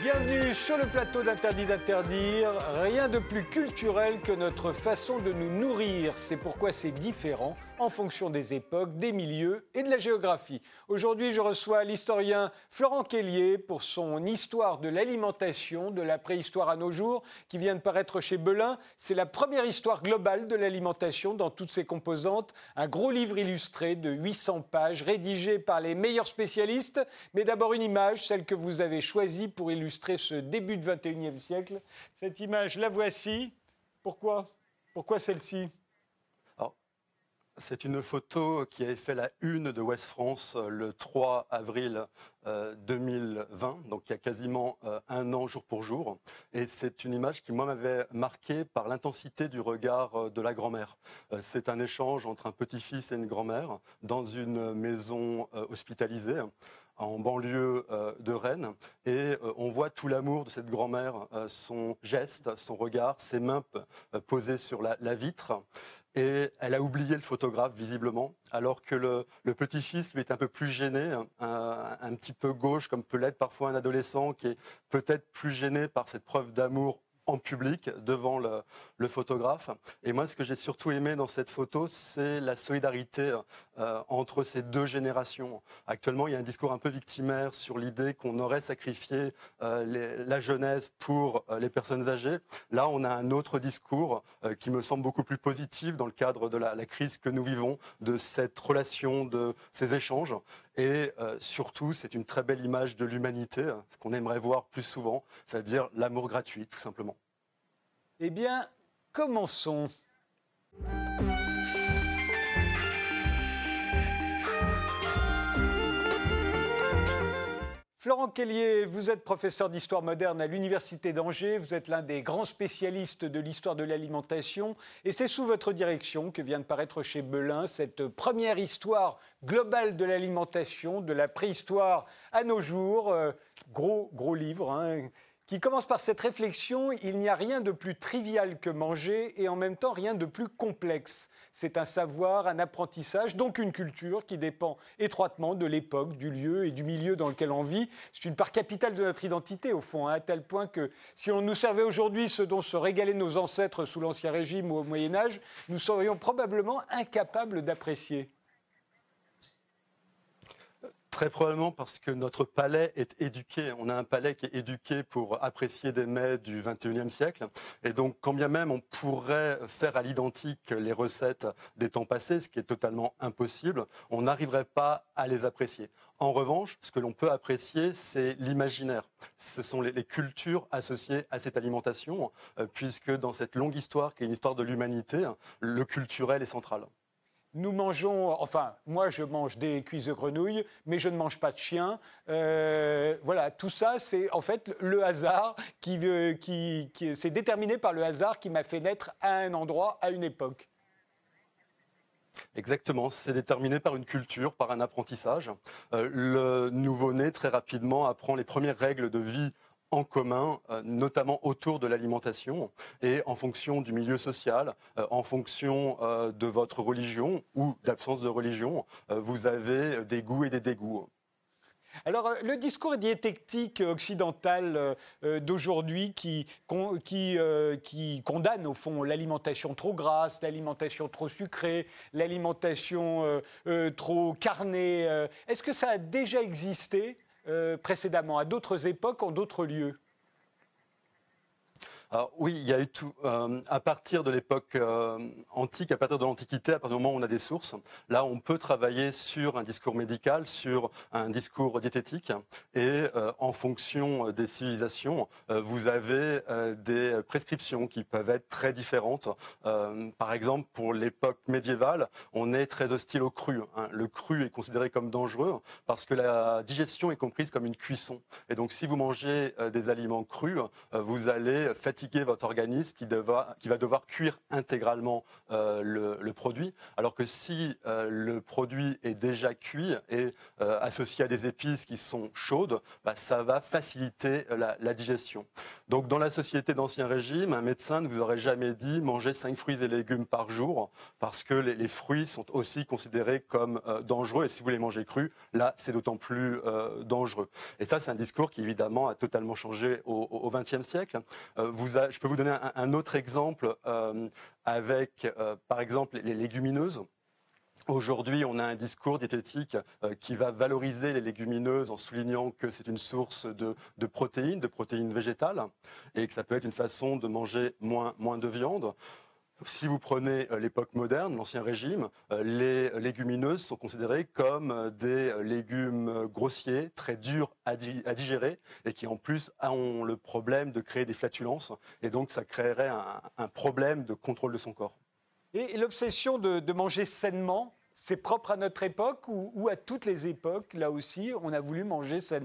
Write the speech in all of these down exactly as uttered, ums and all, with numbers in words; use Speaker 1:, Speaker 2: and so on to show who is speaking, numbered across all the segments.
Speaker 1: Bienvenue sur le plateau d'Interdit d'interdire. Rien de plus culturel que notre façon de nous nourrir. C'est pourquoi c'est différent en fonction des époques, des milieux et de la géographie. Aujourd'hui, je reçois l'historien Florent Kellier pour son Histoire de l'alimentation, de la préhistoire à nos jours, qui vient de paraître chez Belin. C'est la première histoire globale de l'alimentation dans toutes ses composantes. Un gros livre illustré de huit cents pages, rédigé par les meilleurs spécialistes. Mais d'abord une image, celle que vous avez choisie pour illustrer ce début du vingt et unième siècle. Cette image, la voici. Pourquoi ? Pourquoi celle-ci ?
Speaker 2: C'est une photo qui avait fait la une de Ouest France le trois avril deux mille vingt, donc il y a quasiment un an jour pour jour. Et c'est une image qui, moi, m'avait marqué par l'intensité du regard de la grand-mère. C'est un échange entre un petit-fils et une grand-mère dans une maison hospitalisée en banlieue de Rennes. Et on voit tout l'amour de cette grand-mère, son geste, son regard, ses mains posées sur la, la vitre. Et elle a oublié le photographe, visiblement, alors que le, le petit-fils, lui, est un peu plus gêné, un, un petit peu gauche, comme peut l'être parfois un adolescent, qui est peut-être plus gêné par cette preuve d'amour en public, devant le, le photographe. Et moi, ce que j'ai surtout aimé dans cette photo, c'est la solidarité euh, entre ces deux générations. Actuellement, il y a un discours un peu victimaire sur l'idée qu'on aurait sacrifié euh, les, la jeunesse pour euh, les personnes âgées. Là, on a un autre discours euh, qui me semble beaucoup plus positif dans le cadre de la, la crise que nous vivons, de cette relation, de ces échanges. Et euh, surtout, c'est une très belle image de l'humanité, ce qu'on aimerait voir plus souvent, c'est-à-dire l'amour gratuit, tout simplement.
Speaker 1: Eh bien, commençons. Florent Kellier, vous êtes professeur d'histoire moderne à l'Université d'Angers. Vous êtes l'un des grands spécialistes de l'histoire de l'alimentation. Et c'est sous votre direction que vient de paraître chez Belin cette première histoire globale de l'alimentation, de la préhistoire à nos jours. Euh, gros, gros livre, hein, qui commence par cette réflexion. Il n'y a rien de plus trivial que manger et en même temps rien de plus complexe. C'est un savoir, un apprentissage, donc une culture qui dépend étroitement de l'époque, du lieu et du milieu dans lequel on vit. C'est une part capitale de notre identité, au fond, hein, à tel point que si on nous servait aujourd'hui ce dont se régalaient nos ancêtres sous l'Ancien Régime ou au Moyen-Âge, nous serions probablement incapables d'apprécier.
Speaker 2: Très probablement parce que notre palais est éduqué. On a un palais qui est éduqué pour apprécier des mets du vingt et unième siècle. Et donc, quand bien même on pourrait faire à l'identique les recettes des temps passés, ce qui est totalement impossible, on n'arriverait pas à les apprécier. En revanche, ce que l'on peut apprécier, c'est l'imaginaire. Ce sont les, les cultures associées à cette alimentation, euh, puisque dans cette longue histoire, qui est une histoire de l'humanité, le culturel est central.
Speaker 1: Nous mangeons, enfin, moi je mange des cuisses de grenouilles, mais je ne mange pas de chien. Euh, voilà, tout ça, c'est en fait le hasard qui, euh, qui, qui c'est déterminé par le hasard qui m'a fait naître à un endroit, à une époque.
Speaker 2: Exactement, c'est déterminé par une culture, par un apprentissage. Euh, le nouveau-né, très rapidement, apprend les premières règles de vie en commun, euh, notamment autour de l'alimentation, et en fonction du milieu social, euh, en fonction euh, de votre religion ou d'absence de religion, euh, vous avez des goûts et des dégoûts.
Speaker 1: Alors, le discours diététique occidental euh, d'aujourd'hui qui, con, qui, euh, qui condamne, au fond, l'alimentation trop grasse, l'alimentation trop sucrée, l'alimentation euh, euh, trop carnée, euh, est-ce que ça a déjà existé euh, précédemment, à d'autres époques, en d'autres lieux ?
Speaker 2: Alors oui, il y a eu tout. Euh, à partir de l'époque euh, antique, à partir de l'Antiquité, à partir du moment où on a des sources, là on peut travailler sur un discours médical, sur un discours diététique, et euh, en fonction des civilisations, euh, vous avez euh, des prescriptions qui peuvent être très différentes. Euh, par exemple, pour l'époque médiévale, on est très hostile au cru. Hein. Le cru est considéré comme dangereux parce que la digestion est comprise comme une cuisson. Et donc si vous mangez euh, des aliments crus, euh, vous allez fatiguer fatiguer votre organisme qui, deva, qui va devoir cuire intégralement euh, le, le produit, alors que si euh, le produit est déjà cuit et euh, associé à des épices qui sont chaudes, bah, ça va faciliter la, la digestion. Donc dans la société d'Ancien Régime, un médecin ne vous aurait jamais dit manger cinq fruits et légumes par jour, parce que les, les fruits sont aussi considérés comme euh, dangereux, et si vous les mangez crus, là c'est d'autant plus euh, dangereux. Et ça, c'est un discours qui évidemment a totalement changé au vingtième siècle. Euh, vous a, je peux vous donner un, un autre exemple euh, avec, euh, par exemple, les légumineuses. Aujourd'hui, on a un discours diététique euh, qui va valoriser les légumineuses en soulignant que c'est une source de, de protéines, de protéines végétales, et que ça peut être une façon de manger moins, moins de viande. Si vous prenez l'époque moderne, l'Ancien Régime, les légumineuses sont considérées comme des légumes grossiers, très durs à digérer et qui en plus ont le problème de créer des flatulences. Et donc ça créerait un, un problème de contrôle de son corps.
Speaker 1: Et l'obsession de, de manger sainement, c'est propre à notre époque ou, ou à toutes les époques, là aussi, on a voulu manger sainement ?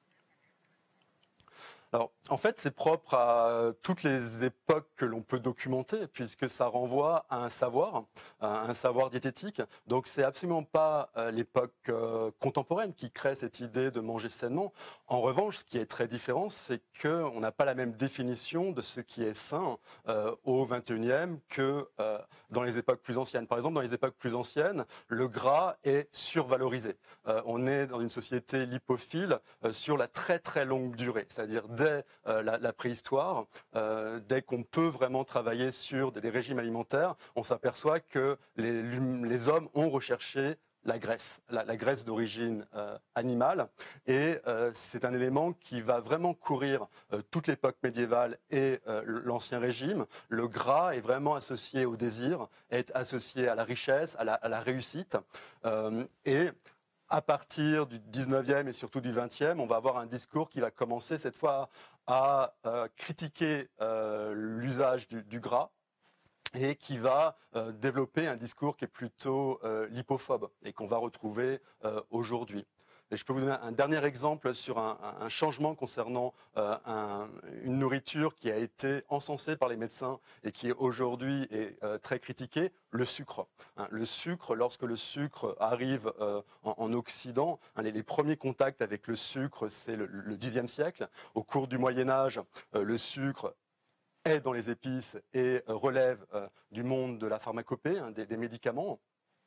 Speaker 2: Alors, en fait, c'est propre à toutes les époques que l'on peut documenter, puisque ça renvoie à un savoir, à un savoir diététique. Donc, c'est absolument pas l'époque contemporaine qui crée cette idée de manger sainement. En revanche, ce qui est très différent, c'est qu'on n'a pas la même définition de ce qui est sain euh, au vingt et unième que euh, dans les époques plus anciennes. Par exemple, dans les époques plus anciennes, le gras est survalorisé. Euh, on est dans une société lipophile euh, sur la très très longue durée, c'est-à-dire dès euh, la, la préhistoire, euh, dès qu'on peut vraiment travailler sur des, des régimes alimentaires, on s'aperçoit que les, les hommes ont recherché la graisse, la, la graisse d'origine euh, animale, et euh, c'est un élément qui va vraiment courir euh, toute l'époque médiévale et euh, l'Ancien Régime. Le gras est vraiment associé au désir, est associé à la richesse, à la, à la réussite, euh, et à partir du dix-neuvième et surtout du vingtième, on va avoir un discours qui va commencer cette fois à, à euh, critiquer euh, l'usage du, du gras et qui va euh, développer un discours qui est plutôt euh, lipophobe et qu'on va retrouver euh, aujourd'hui. Et je peux vous donner un dernier exemple sur un, un changement concernant euh, un, une nourriture qui a été encensée par les médecins et qui aujourd'hui est euh, très critiquée, le sucre. Hein, le sucre, lorsque le sucre arrive euh, en, en Occident, hein, les, les premiers contacts avec le sucre, c'est le, le dixième siècle. Au cours du Moyen-Âge, euh, le sucre est dans les épices et euh, relève euh, du monde de la pharmacopée, hein, des, des médicaments.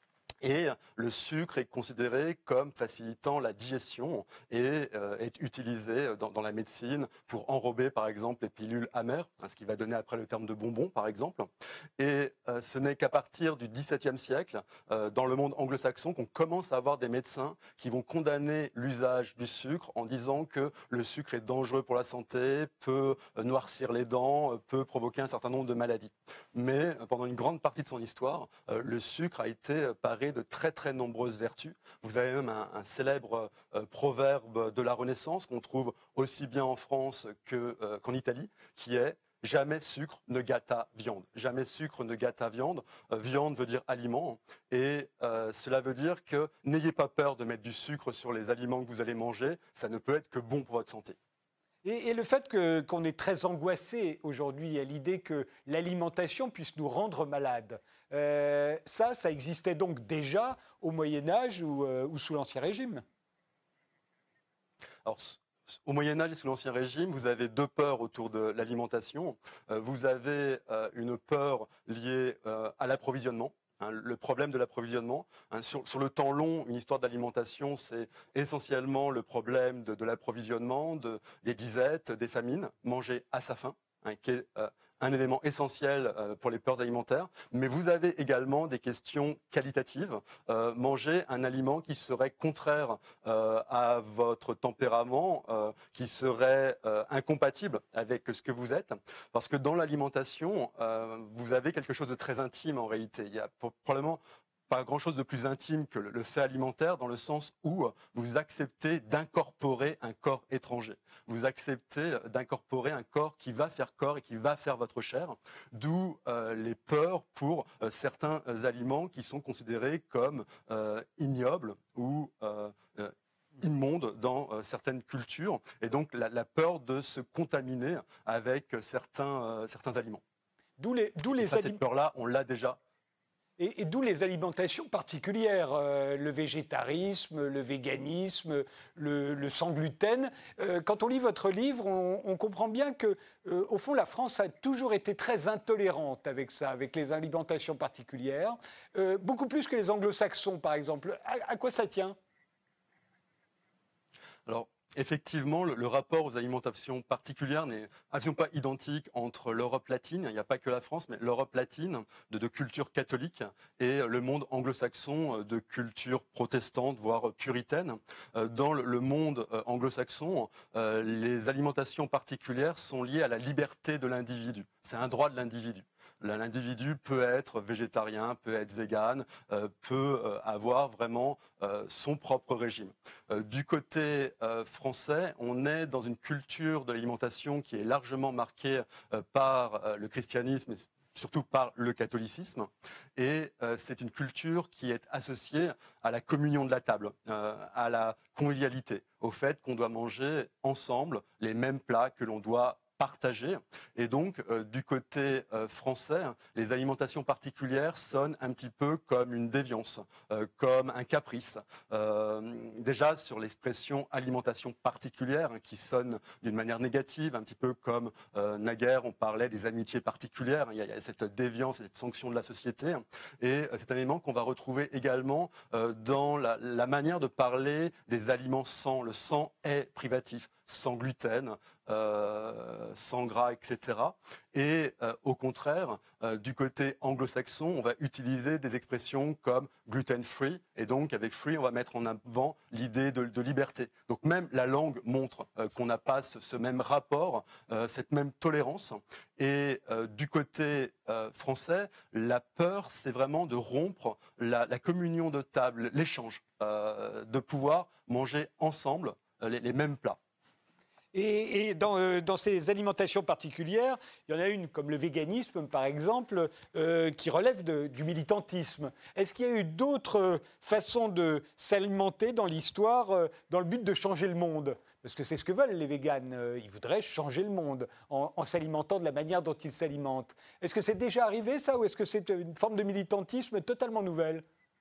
Speaker 2: Et le sucre est considéré comme facilitant la digestion et euh, est utilisé dans, dans la médecine pour enrober, par exemple, les pilules amères, hein, ce qui va donner après le terme de bonbon, par exemple. Et euh, ce n'est qu'à partir du dix-septième siècle, euh, dans le monde anglo-saxon, qu'on commence à avoir des médecins qui vont condamner l'usage du sucre en disant que le sucre est dangereux pour la santé, peut noircir les dents, peut provoquer un certain nombre de maladies. Mais pendant une grande partie de son histoire, euh, le sucre a été paré de très très nombreuses vertus. Vous avez même un, un célèbre euh, proverbe de la Renaissance qu'on trouve aussi bien en France que, euh, qu'en Italie, qui est « jamais sucre ne gâta viande ». Jamais sucre ne gâta viande. Euh, viande veut dire aliment. Et euh, cela veut dire que n'ayez pas peur de mettre du sucre sur les aliments que vous allez manger. Ça ne peut être que bon pour votre santé.
Speaker 1: Et, et le fait que, qu'on est très angoissé aujourd'hui à l'idée que l'alimentation puisse nous rendre malades, euh, ça, ça existait donc déjà au Moyen-Âge ou, euh, ou sous l'Ancien Régime ?
Speaker 2: Alors, au Moyen-Âge et sous l'Ancien Régime, vous avez deux peurs autour de l'alimentation. Euh, vous avez euh, une peur liée euh, à l'approvisionnement. Hein, le problème de l'approvisionnement. Hein, sur, sur le temps long, une histoire d'alimentation, c'est essentiellement le problème de, de l'approvisionnement, de, des disettes, des famines, manger à sa faim, hein, qui est euh, un élément essentiel euh, pour les peurs alimentaires. Mais vous avez également des questions qualitatives. Euh, manger un aliment qui serait contraire euh, à votre tempérament, euh, qui serait euh, incompatible avec ce que vous êtes. Parce que dans l'alimentation, euh, vous avez quelque chose de très intime en réalité. Il y a probablement pas grand-chose de plus intime que le fait alimentaire, dans le sens où vous acceptez d'incorporer un corps étranger. Vous acceptez d'incorporer un corps qui va faire corps et qui va faire votre chair, d'où euh, les peurs pour euh, certains aliments qui sont considérés comme euh, ignobles ou euh, euh, immonde dans euh, certaines cultures, et donc la, la peur de se contaminer avec certains, euh, certains aliments.
Speaker 1: D'où les, d'où les
Speaker 2: ça,
Speaker 1: alim-
Speaker 2: cette peur-là, on l'a déjà.
Speaker 1: Et, et d'où les alimentations particulières, euh, le végétarisme, le véganisme, le, le sans gluten. Euh, quand on lit votre livre, on, on comprend bien que, euh, au fond, la France a toujours été très intolérante avec ça, avec les alimentations particulières, euh, beaucoup plus que les anglo-saxons, par exemple. À, à quoi ça tient ?
Speaker 2: Alors, effectivement, le, le rapport aux alimentations particulières n'est absolument pas identique entre l'Europe latine, il n'y a pas que la France, mais l'Europe latine de, de culture catholique et le monde anglo-saxon de culture protestante, voire puritaine. Dans le, le monde anglo-saxon, euh, les alimentations particulières sont liées à la liberté de l'individu. C'est un droit de l'individu. L'individu peut être végétarien, peut être vegan, euh, peut euh, avoir vraiment euh, son propre régime. Euh, du côté euh, français, on est dans une culture de l'alimentation qui est largement marquée euh, par euh, le christianisme et surtout par le catholicisme. Et euh, c'est une culture qui est associée à la communion de la table, euh, à la convivialité, au fait qu'on doit manger ensemble les mêmes plats, que l'on doit partagé. Et donc, euh, du côté euh, français, les alimentations particulières sonnent un petit peu comme une déviance, euh, comme un caprice. Euh, déjà, sur l'expression alimentation particulière, hein, qui sonne d'une manière négative, un petit peu comme euh, naguère, on parlait des amitiés particulières. Il y a, il y a cette déviance, cette sanction de la société. Et euh, c'est un élément qu'on va retrouver également euh, dans la, la manière de parler des aliments sans. Le sans est privatif, sans gluten, Euh, sans gras, et cetera. Et euh, au contraire, euh, du côté anglo-saxon, on va utiliser des expressions comme gluten-free, et donc avec free, on va mettre en avant l'idée de, de liberté. Donc même la langue montre euh, qu'on n'a pas ce, ce même rapport, euh, cette même tolérance. Et euh, du côté euh, français, la peur, c'est vraiment de rompre la, la communion de table, l'échange, euh, de pouvoir manger ensemble euh, les, les mêmes plats.
Speaker 1: Et, et dans, euh, dans ces alimentations particulières, il y en a une comme le véganisme, par exemple, euh, qui relève de, du militantisme. Est-ce qu'il y a eu d'autres façons de s'alimenter dans l'histoire euh, dans le but de changer le monde ? Parce que c'est ce que veulent les véganes. Euh, ils voudraient changer le monde en, en s'alimentant de la manière dont ils s'alimentent. Est-ce que c'est déjà arrivé, ça, ou est-ce que c'est une forme de militantisme totalement nouvelle ?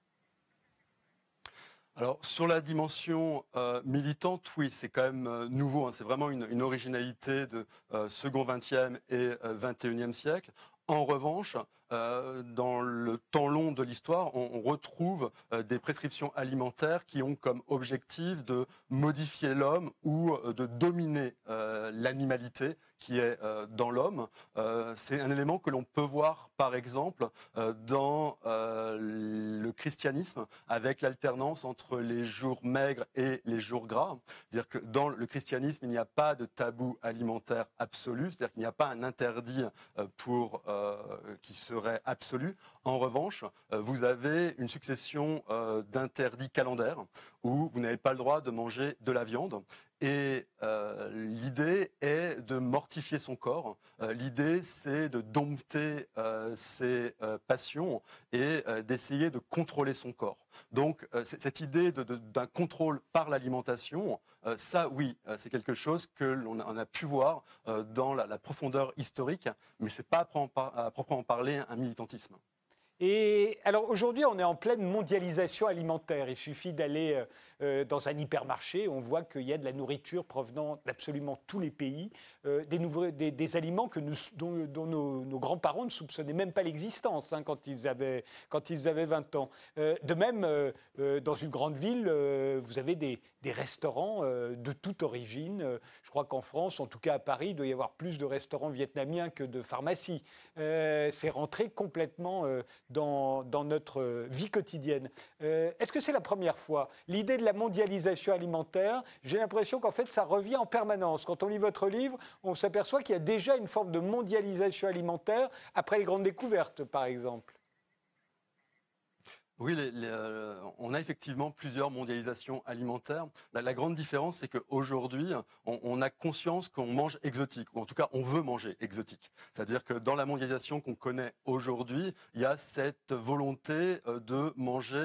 Speaker 2: Alors, sur la dimension euh, militante, oui, c'est quand même euh, nouveau. Hein, c'est vraiment une, une originalité de euh, second vingtième et euh, vingt et unième siècle. En revanche, euh, dans le temps long de l'histoire, on, on retrouve euh, des prescriptions alimentaires qui ont comme objectif de modifier l'homme ou euh, de dominer euh, l'animalité qui est euh, dans l'homme. Euh, c'est un élément que l'on peut voir, par exemple, euh, dans euh, le christianisme, avec l'alternance entre les jours maigres et les jours gras. C'est-à-dire que dans le christianisme, il n'y a pas de tabou alimentaire absolu, c'est-à-dire qu'il n'y a pas un interdit euh, pour euh, qui serait absolu. En revanche, euh, vous avez une succession euh, d'interdits calendaires où vous n'avez pas le droit de manger de la viande. Et euh, l'idée est de mortifier son corps. Euh, l'idée, c'est de dompter euh, ses euh, passions et euh, d'essayer de contrôler son corps. Donc, euh, cette idée de, de, d'un contrôle par l'alimentation, euh, ça, oui, euh, c'est quelque chose que l'on a, on a pu voir euh, dans la, la profondeur historique, mais c'est pas à proprement parler un militantisme.
Speaker 1: Et alors aujourd'hui, on est en pleine mondialisation alimentaire. Il suffit d'aller euh, dans un hypermarché, on voit qu'il y a de la nourriture provenant d'absolument tous les pays, euh, des, nouveaux, des, des aliments que nous, dont, dont nos, nos grands-parents ne soupçonnaient même pas l'existence hein, quand, ils avaient, quand ils avaient vingt ans. Euh, de même, euh, euh, dans une grande ville, euh, vous avez des, des restaurants euh, de toute origine. Euh, je crois qu'en France, en tout cas à Paris, il doit y avoir plus de restaurants vietnamiens que de pharmacies. Euh, c'est rentré complètement... Euh, Dans, dans notre vie quotidienne. Euh, est-ce que c'est la première fois ? L'idée de la mondialisation alimentaire, j'ai l'impression qu'en fait, ça revient en permanence. Quand on lit votre livre, on s'aperçoit qu'il y a déjà une forme de mondialisation alimentaire après les grandes découvertes, par exemple.
Speaker 2: Oui, les, les, euh, on a effectivement plusieurs mondialisations alimentaires. La, la grande différence, c'est qu'aujourd'hui, on, on a conscience qu'on mange exotique, ou en tout cas, on veut manger exotique. C'est-à-dire que dans la mondialisation qu'on connaît aujourd'hui, il y a cette volonté euh, de manger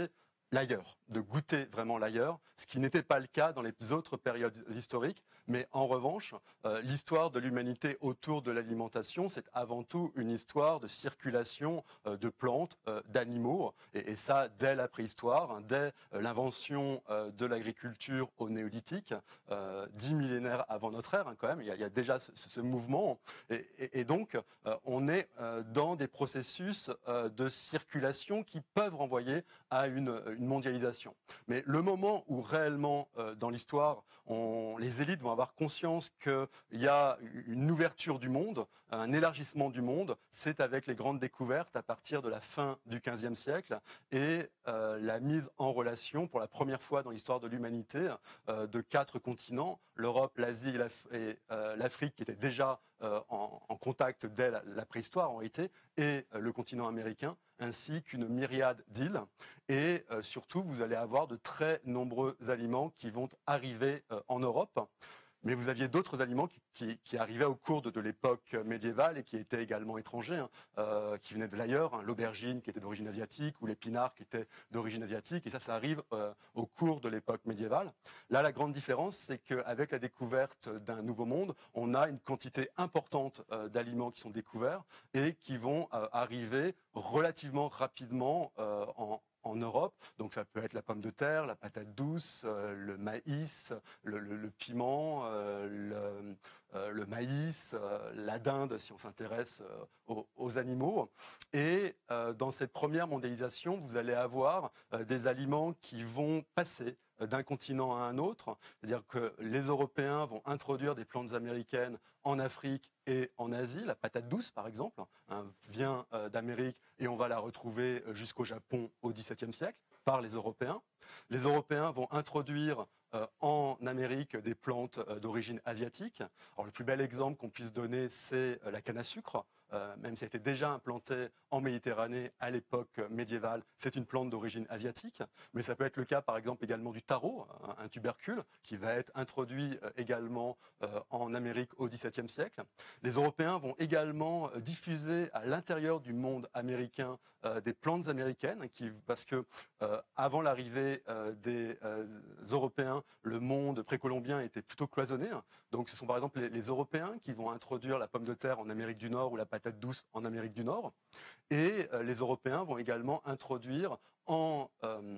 Speaker 2: l'ailleurs, de goûter vraiment l'ailleurs, ce qui n'était pas le cas dans les autres périodes historiques. Mais en revanche, euh, l'histoire de l'humanité autour de l'alimentation, c'est avant tout une histoire de circulation euh, de plantes, euh, d'animaux, et, et ça dès la préhistoire, hein, dès euh, l'invention euh, de l'agriculture au néolithique, euh, dix millénaires avant notre ère, hein, quand même, il y a, il y a déjà ce, ce mouvement. Et, et, et donc, euh, on est euh, dans des processus euh, de circulation qui peuvent renvoyer à une, une mondialisation. Mais le moment où réellement, euh, dans l'histoire, on, les élites vont avoir conscience qu'il y a une ouverture du monde, un élargissement du monde, c'est avec les grandes découvertes à partir de la fin du quinzième siècle et euh, la mise en relation, pour la première fois dans l'histoire de l'humanité, euh, de quatre continents, l'Europe, l'Asie et l'Af- et, euh, l'Afrique, qui étaient déjà euh, en, en contact dès la, la préhistoire en réalité, et euh, le continent américain, ainsi qu'une myriade d'îles. Et euh, surtout, vous allez avoir de très nombreux aliments qui vont arriver euh, en Europe. Mais vous aviez d'autres aliments qui, qui, qui arrivaient au cours de, de l'époque médiévale et qui étaient également étrangers, hein, euh, qui venaient de l'ailleurs, hein, l'aubergine qui était d'origine asiatique ou l'épinard qui était d'origine asiatique. Et ça, ça arrive euh, au cours de l'époque médiévale. Là, la grande différence, c'est qu'avec la découverte d'un nouveau monde, on a une quantité importante euh, d'aliments qui sont découverts et qui vont euh, arriver relativement rapidement euh, en en Europe. Donc ça peut être la pomme de terre, la patate douce, euh, le maïs, le, le, le piment, euh, le, euh, le maïs, euh, la dinde si on s'intéresse euh, aux, aux animaux. Et euh, dans cette première mondialisation, vous allez avoir euh, des aliments qui vont passer d'un continent à un autre, c'est-à-dire que les Européens vont introduire des plantes américaines en Afrique et en Asie. La patate douce, par exemple, hein, vient euh, d'Amérique et on va la retrouver jusqu'au Japon au dix-septième siècle par les Européens. Les Européens vont introduire euh, en Amérique des plantes euh, d'origine asiatique. Alors, le plus bel exemple qu'on puisse donner, c'est euh, la canne à sucre. Euh, même si elle était déjà implantée en Méditerranée à l'époque médiévale, c'est une plante d'origine asiatique. Mais ça peut être le cas, par exemple, également du taro, un, un tubercule, qui va être introduit euh, également euh, en Amérique au dix-septième siècle. Les Européens vont également euh, diffuser à l'intérieur du monde américain euh, des plantes américaines, qui, parce que euh, avant l'arrivée euh, des euh, Européens, le monde précolombien était plutôt cloisonné. Donc ce sont par exemple les, les Européens qui vont introduire la pomme de terre en Amérique du Nord ou la patate douce en Amérique du Nord. Et euh, les Européens vont également introduire en, euh,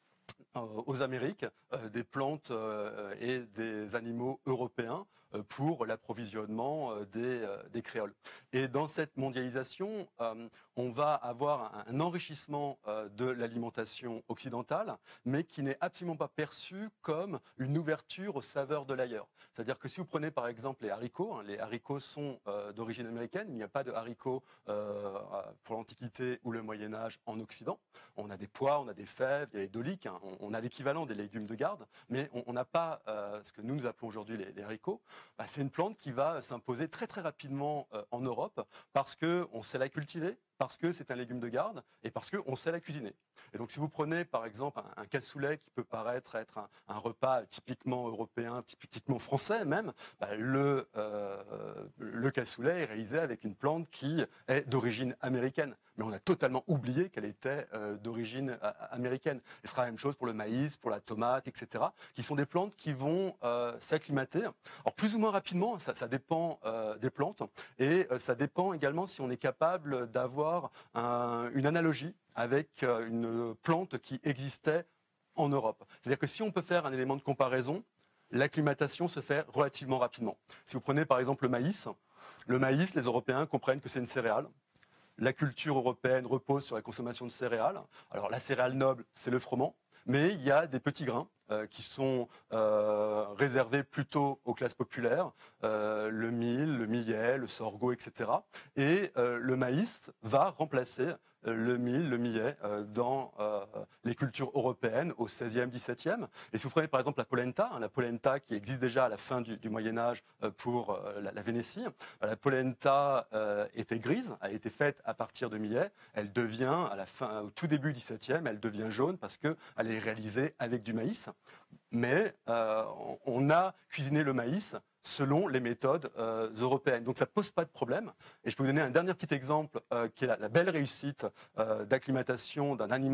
Speaker 2: aux Amériques euh, des plantes euh, et des animaux européens euh, pour l'approvisionnement euh, des, euh, des créoles. Et dans cette mondialisation, euh, on va avoir un, un enrichissement euh, de l'alimentation occidentale, mais qui n'est absolument pas perçu comme une ouverture aux saveurs de l'ailleurs. C'est-à-dire que si vous prenez par exemple les haricots, hein, les haricots sont euh, d'origine américaine, il n'y a pas de haricots euh, pour l'Antiquité ou le Moyen-Âge en Occident. On a des pois, on a des fèves, il y a les doliques, hein, on, on a l'équivalent des légumes de garde, mais on n'a pas euh, ce que nous nous appelons aujourd'hui les, les haricots. Bah, c'est une plante qui va s'imposer très très rapidement euh, en Europe parce qu'on sait la cultiver, parce que c'est un légume de garde et parce qu'on sait la cuisiner. Et donc si vous prenez par exemple un, un cassoulet qui peut paraître être un, un repas typiquement européen, typiquement français même, bah, le, euh, le cassoulet est réalisé avec une plante qui est d'origine américaine. Mais on a totalement oublié qu'elle était euh, d'origine euh, américaine. Et ce sera la même chose pour le maïs, pour la tomate, et cetera, qui sont des plantes qui vont euh, s'acclimater. Alors plus ou moins rapidement, ça, ça dépend euh, des plantes, et euh, ça dépend également si on est capable d'avoir un, une analogie avec euh, une plante qui existait en Europe. C'est-à-dire que si on peut faire un élément de comparaison, l'acclimatation se fait relativement rapidement. Si vous prenez par exemple le maïs, le maïs, les Européens comprennent que c'est une céréale. La culture européenne repose sur la consommation de céréales. Alors la céréale noble, c'est le froment, mais il y a des petits grains euh, qui sont euh, réservés plutôt aux classes populaires, euh, le mil, le millet, le sorgho, et cetera. Et euh, le maïs va remplacer le mil, le millet euh, dans euh, les cultures européennes au seizième, dix-septième. Et si vous prenez par exemple la polenta, hein, la polenta qui existe déjà à la fin du, du Moyen-Âge euh, pour euh, la, la Vénétie, la polenta euh, était grise, elle a été faite à partir de millet, elle devient, à la fin, au tout début du dix-septième, elle devient jaune parce qu'elle est réalisée avec du maïs. Mais euh, on a cuisiné le maïs selon les méthodes euh, européennes. Donc ça ne pose pas de problème. Et je peux vous donner un dernier petit exemple euh, qui est la, la belle réussite euh, d'acclimatation d'un animal euh,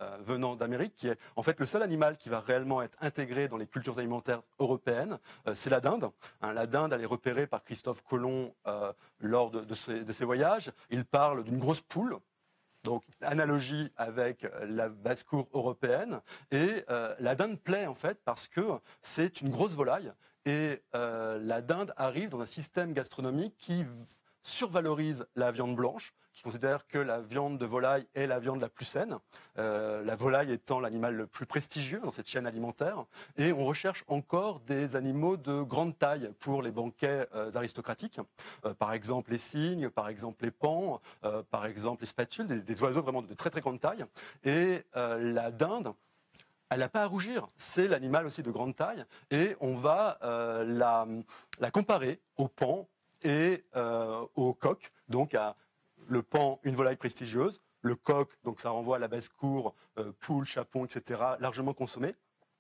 Speaker 2: euh, venant d'Amérique, qui est en fait le seul animal qui va réellement être intégré dans les cultures alimentaires européennes. Euh, c'est la dinde. Hein, la dinde, elle est repérée par Christophe Colomb euh, lors de, de, ses, de ses voyages. Il parle d'une grosse poule. Donc, analogie avec la basse-cour européenne. Et euh, la dinde plaît, en fait, parce que c'est une grosse volaille. Et euh, la dinde arrive dans un système gastronomique qui survalorise la viande blanche, qui considère que la viande de volaille est la viande la plus saine, euh, la volaille étant l'animal le plus prestigieux dans cette chaîne alimentaire. Et on recherche encore des animaux de grande taille pour les banquets euh, aristocratiques. Euh, par exemple les cygnes, par exemple les paons, euh, par exemple les spatules, des, des oiseaux vraiment de très très grande taille. Et euh, la dinde, elle n'a pas à rougir, c'est l'animal aussi de grande taille. Et on va euh, la, la comparer au paon et euh, au coq, donc à le paon, une volaille prestigieuse, le coq, donc ça renvoie à la basse-cour, euh, poule, chapon, et cetera, largement consommé.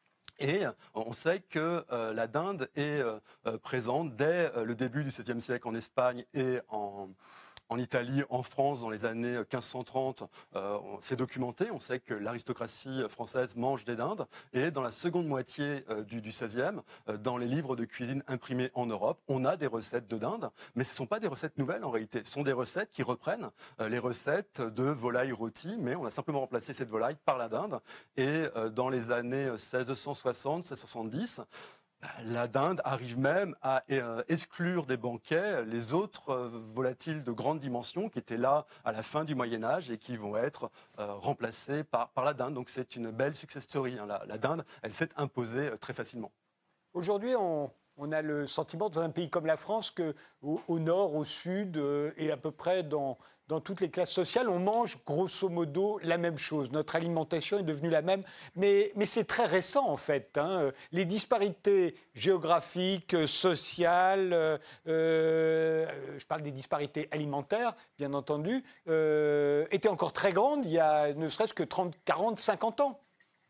Speaker 2: Et on sait que euh, la dinde est euh, présente dès euh, le début du septième siècle en Espagne et en, en Italie, en France, dans les années quinze cent trente. Euh, c'est documenté, on sait que l'aristocratie française mange des dindes. Et dans la seconde moitié euh, du, du seizième, euh, dans les livres de cuisine imprimés en Europe, on a des recettes de dinde. Mais ce ne sont pas des recettes nouvelles en réalité. Ce sont des recettes qui reprennent euh, les recettes de volaille rôtie, mais on a simplement remplacé cette volaille par la dinde. Et euh, dans les années seize cent soixante, seize cent soixante-dix, la dinde arrive même à euh, exclure des banquets les autres euh, volatiles de grande dimension qui étaient là à la fin du Moyen-Âge et qui vont être euh, remplacés par, par la dinde. Donc c'est une belle success story. Hein. La, la dinde, elle s'est imposée euh, très facilement.
Speaker 1: Aujourd'hui, on, on a le sentiment dans un pays comme la France qu'au au nord, au sud euh, et à peu près dans, dans toutes les classes sociales, on mange grosso modo la même chose. Notre alimentation est devenue la même, mais, mais c'est très récent en fait. Hein. Les disparités géographiques, sociales, euh, euh, je parle des disparités alimentaires, bien entendu, euh, étaient encore très grandes il y a ne serait-ce que trente, quarante, cinquante ans.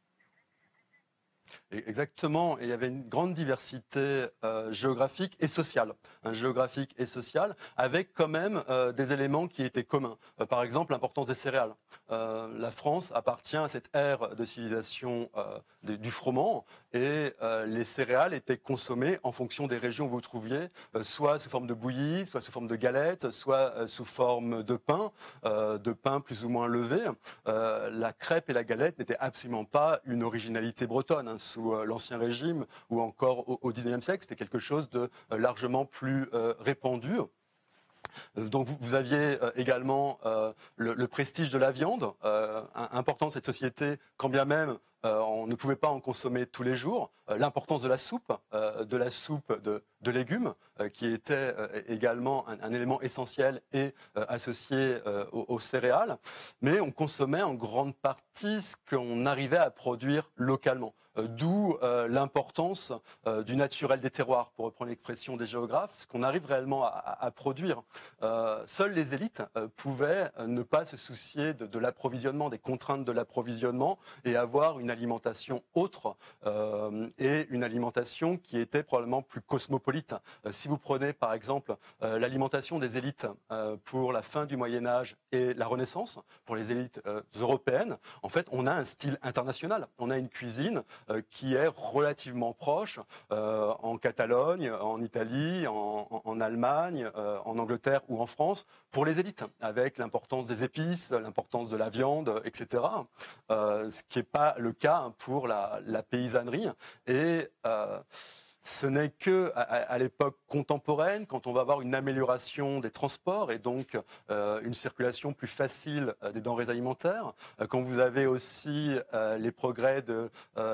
Speaker 2: Exactement, et il y avait une grande diversité euh, géographique et sociale, hein, géographique et sociale, avec quand même euh, des éléments qui étaient communs. Euh, par exemple, l'importance des céréales. Euh, la France appartient à cette ère de civilisation euh, de, du froment, et euh, les céréales étaient consommées en fonction des régions où vous vous trouviez, euh, soit sous forme de bouillie, soit sous forme de galettes, soit euh, sous forme de pain, euh, de pain plus ou moins levé. Euh, la crêpe et la galette n'étaient absolument pas une originalité bretonne, hein, sous l'Ancien Régime ou encore au, au dix-neuvième siècle, c'était quelque chose de euh, largement plus euh, répandu. Donc vous, vous aviez euh, également euh, le, le prestige de la viande, euh, important de cette société, quand bien même euh, on ne pouvait pas en consommer tous les jours. Euh, l'importance de la soupe, euh, de la soupe de, de légumes, euh, qui était euh, également un, un élément essentiel et euh, associé euh, aux, aux céréales. Mais on consommait en grande partie ce qu'on arrivait à produire localement. D'où euh, l'importance euh, du naturel des terroirs, pour reprendre l'expression des géographes, ce qu'on arrive réellement à, à, à produire. Euh, seules les élites euh, pouvaient euh, ne pas se soucier de, de l'approvisionnement, des contraintes de l'approvisionnement, et avoir une alimentation autre, euh, et une alimentation qui était probablement plus cosmopolite. Euh, si vous prenez par exemple euh, l'alimentation des élites euh, pour la fin du Moyen-Âge et la Renaissance, pour les élites euh, européennes, en fait on a un style international, on a une cuisine qui est relativement proche euh, en Catalogne, en Italie, en, en, en Allemagne, euh, en Angleterre ou en France, pour les élites, avec l'importance des épices, l'importance de la viande, et cetera. Euh, ce qui n'est pas le cas pour la, la paysannerie. Et euh, ce n'est que à, à l'époque contemporaine, quand on va avoir une amélioration des transports et donc euh, une circulation plus facile euh, des denrées alimentaires, euh, quand vous avez aussi euh, les progrès de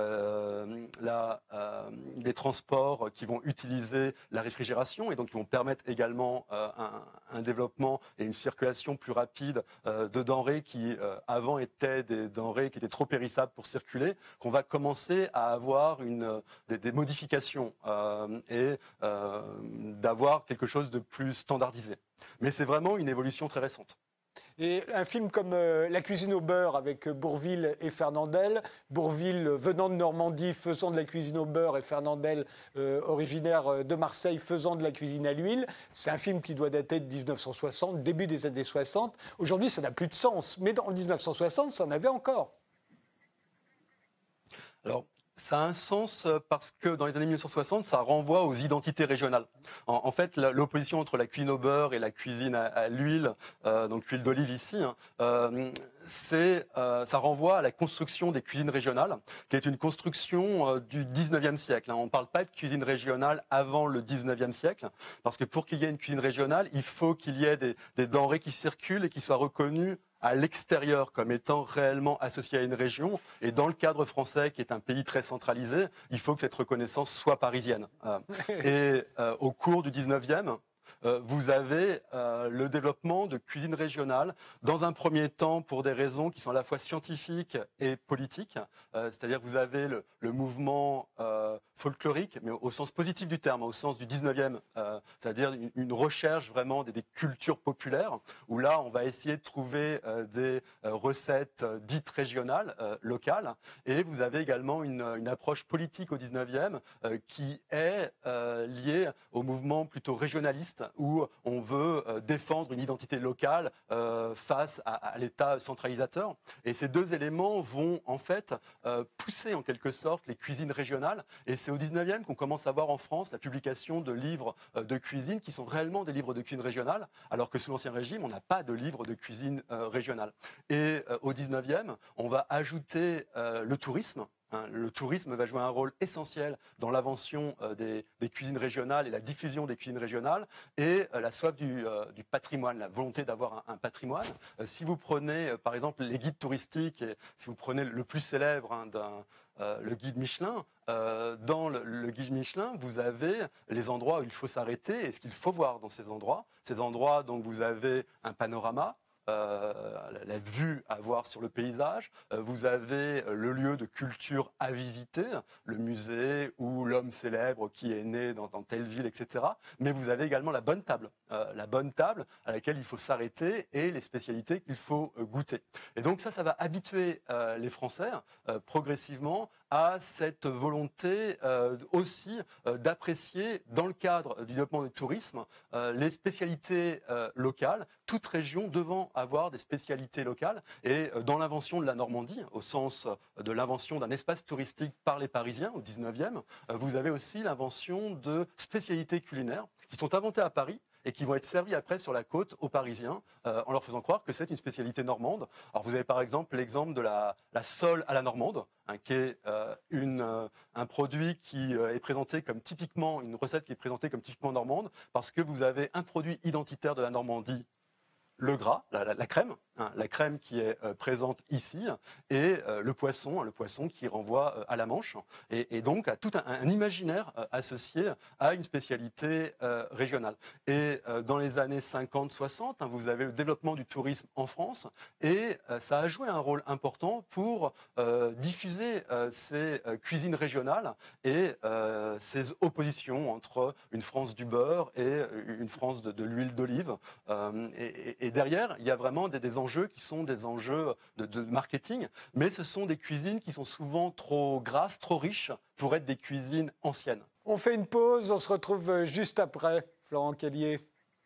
Speaker 2: euh, la, euh, des transports qui vont utiliser la réfrigération et donc qui vont permettre également euh, un, un développement et une circulation plus rapide euh, de denrées qui euh, avant étaient des denrées qui étaient trop périssables pour circuler, qu'on va commencer à avoir une, des, des modifications Euh, et euh, d'avoir quelque chose de plus standardisé. Mais c'est vraiment une évolution très récente.
Speaker 1: Et un film comme euh, La cuisine au beurre avec Bourvil et Fernandel, Bourvil euh, venant de Normandie faisant de la cuisine au beurre et Fernandel euh, originaire de Marseille faisant de la cuisine à l'huile, c'est un film qui doit dater de dix-neuf cent soixante, début des années soixante. Aujourd'hui ça n'a plus de sens, mais en dix-neuf cent soixante ça en avait encore.
Speaker 2: Alors, ça a un sens parce que dans les années mille neuf cent soixante, ça renvoie aux identités régionales. En, en fait, la, l'opposition entre la cuisine au beurre et la cuisine à, à l'huile, euh, donc l'huile d'olive ici, hein, euh, c'est, euh, ça renvoie à la construction des cuisines régionales, qui est une construction euh, du dix-neuvième siècle. Hein. On ne parle pas de cuisine régionale avant le dix-neuvième siècle, parce que pour qu'il y ait une cuisine régionale, il faut qu'il y ait des, des denrées qui circulent et qui soient reconnues à l'extérieur comme étant réellement associé à une région. Et dans le cadre français, qui est un pays très centralisé, il faut que cette reconnaissance soit parisienne. Euh, et euh, au cours du dix-neuvième, euh, vous avez euh, le développement de cuisine régionale, dans un premier temps pour des raisons qui sont à la fois scientifiques et politiques. Euh, c'est-à-dire que vous avez le, le mouvement euh, folklorique, mais au sens positif du terme, au sens du dix-neuvième, euh, c'est-à-dire une, une recherche vraiment des, des cultures populaires, où là, on va essayer de trouver euh, des euh, recettes euh, dites régionales, euh, locales. Et vous avez également une, une approche politique au dix-neuvième euh, qui est euh, liée au mouvement plutôt régionaliste, où on veut euh, défendre une identité locale euh, face à, à l'État centralisateur. Et ces deux éléments vont en fait euh, pousser en quelque sorte les cuisines régionales. Et c'est au dix-neuvième qu'on commence à voir en France la publication de livres euh, de cuisine qui sont réellement des livres de cuisine régionale, alors que sous l'Ancien Régime, on n'a pas de livres de cuisine euh, régionale. Et euh, au dix-neuvième, on va ajouter euh, le tourisme. Le tourisme va jouer un rôle essentiel dans l'invention euh, des, des cuisines régionales et la diffusion des cuisines régionales, et euh, la soif du, euh, du patrimoine, la volonté d'avoir un, un patrimoine. Euh, si vous prenez euh, par exemple les guides touristiques, et si vous prenez le plus célèbre, hein, d'un, euh, le guide Michelin, euh, dans le, le guide Michelin, vous avez les endroits où il faut s'arrêter et ce qu'il faut voir dans ces endroits. Ces endroits, donc vous avez un panorama, Euh, la vue à voir sur le paysage, euh, vous avez le lieu de culture à visiter, le musée ou l'homme célèbre qui est né dans, dans telle ville, et cetera. Mais vous avez également la bonne table, euh, la bonne table à laquelle il faut s'arrêter et les spécialités qu'il faut euh, goûter. Et donc ça, ça va habituer euh, les Français euh, progressivement à cette volonté euh, aussi euh, d'apprécier, dans le cadre du développement du tourisme, euh, les spécialités euh, locales, toute région devant avoir des spécialités locales. Et euh, dans l'invention de la Normandie, au sens de l'invention d'un espace touristique par les Parisiens au dix-neuvième, euh, vous avez aussi l'invention de spécialités culinaires qui sont inventées à Paris et qui vont être servis après sur la côte aux Parisiens, euh, en leur faisant croire que c'est une spécialité normande. Alors vous avez par exemple l'exemple de la, la sole à la normande, hein, qui est euh, une, euh, un produit qui euh, est présenté comme typiquement, une recette qui est présentée comme typiquement normande, parce que vous avez un produit identitaire de la Normandie, le gras, la, la, la crème, hein, la crème qui est euh, présente ici, et euh, le poisson, hein, le poisson qui renvoie euh, à la Manche, et, et donc à tout un, un imaginaire euh, associé à une spécialité euh, régionale. Et euh, dans les années cinquante soixante, hein, vous avez le développement du tourisme en France, et euh, ça a joué un rôle important pour euh, diffuser euh, ces euh, cuisines régionales et euh, ces oppositions entre une France du beurre et une France de, de l'huile d'olive. Euh, et, et Et derrière, il y a vraiment des, des enjeux qui sont des enjeux de, de marketing, mais ce sont des cuisines qui sont souvent trop grasses, trop riches pour être des cuisines anciennes.
Speaker 1: On fait une pause, on se retrouve juste après. Florent Kellier.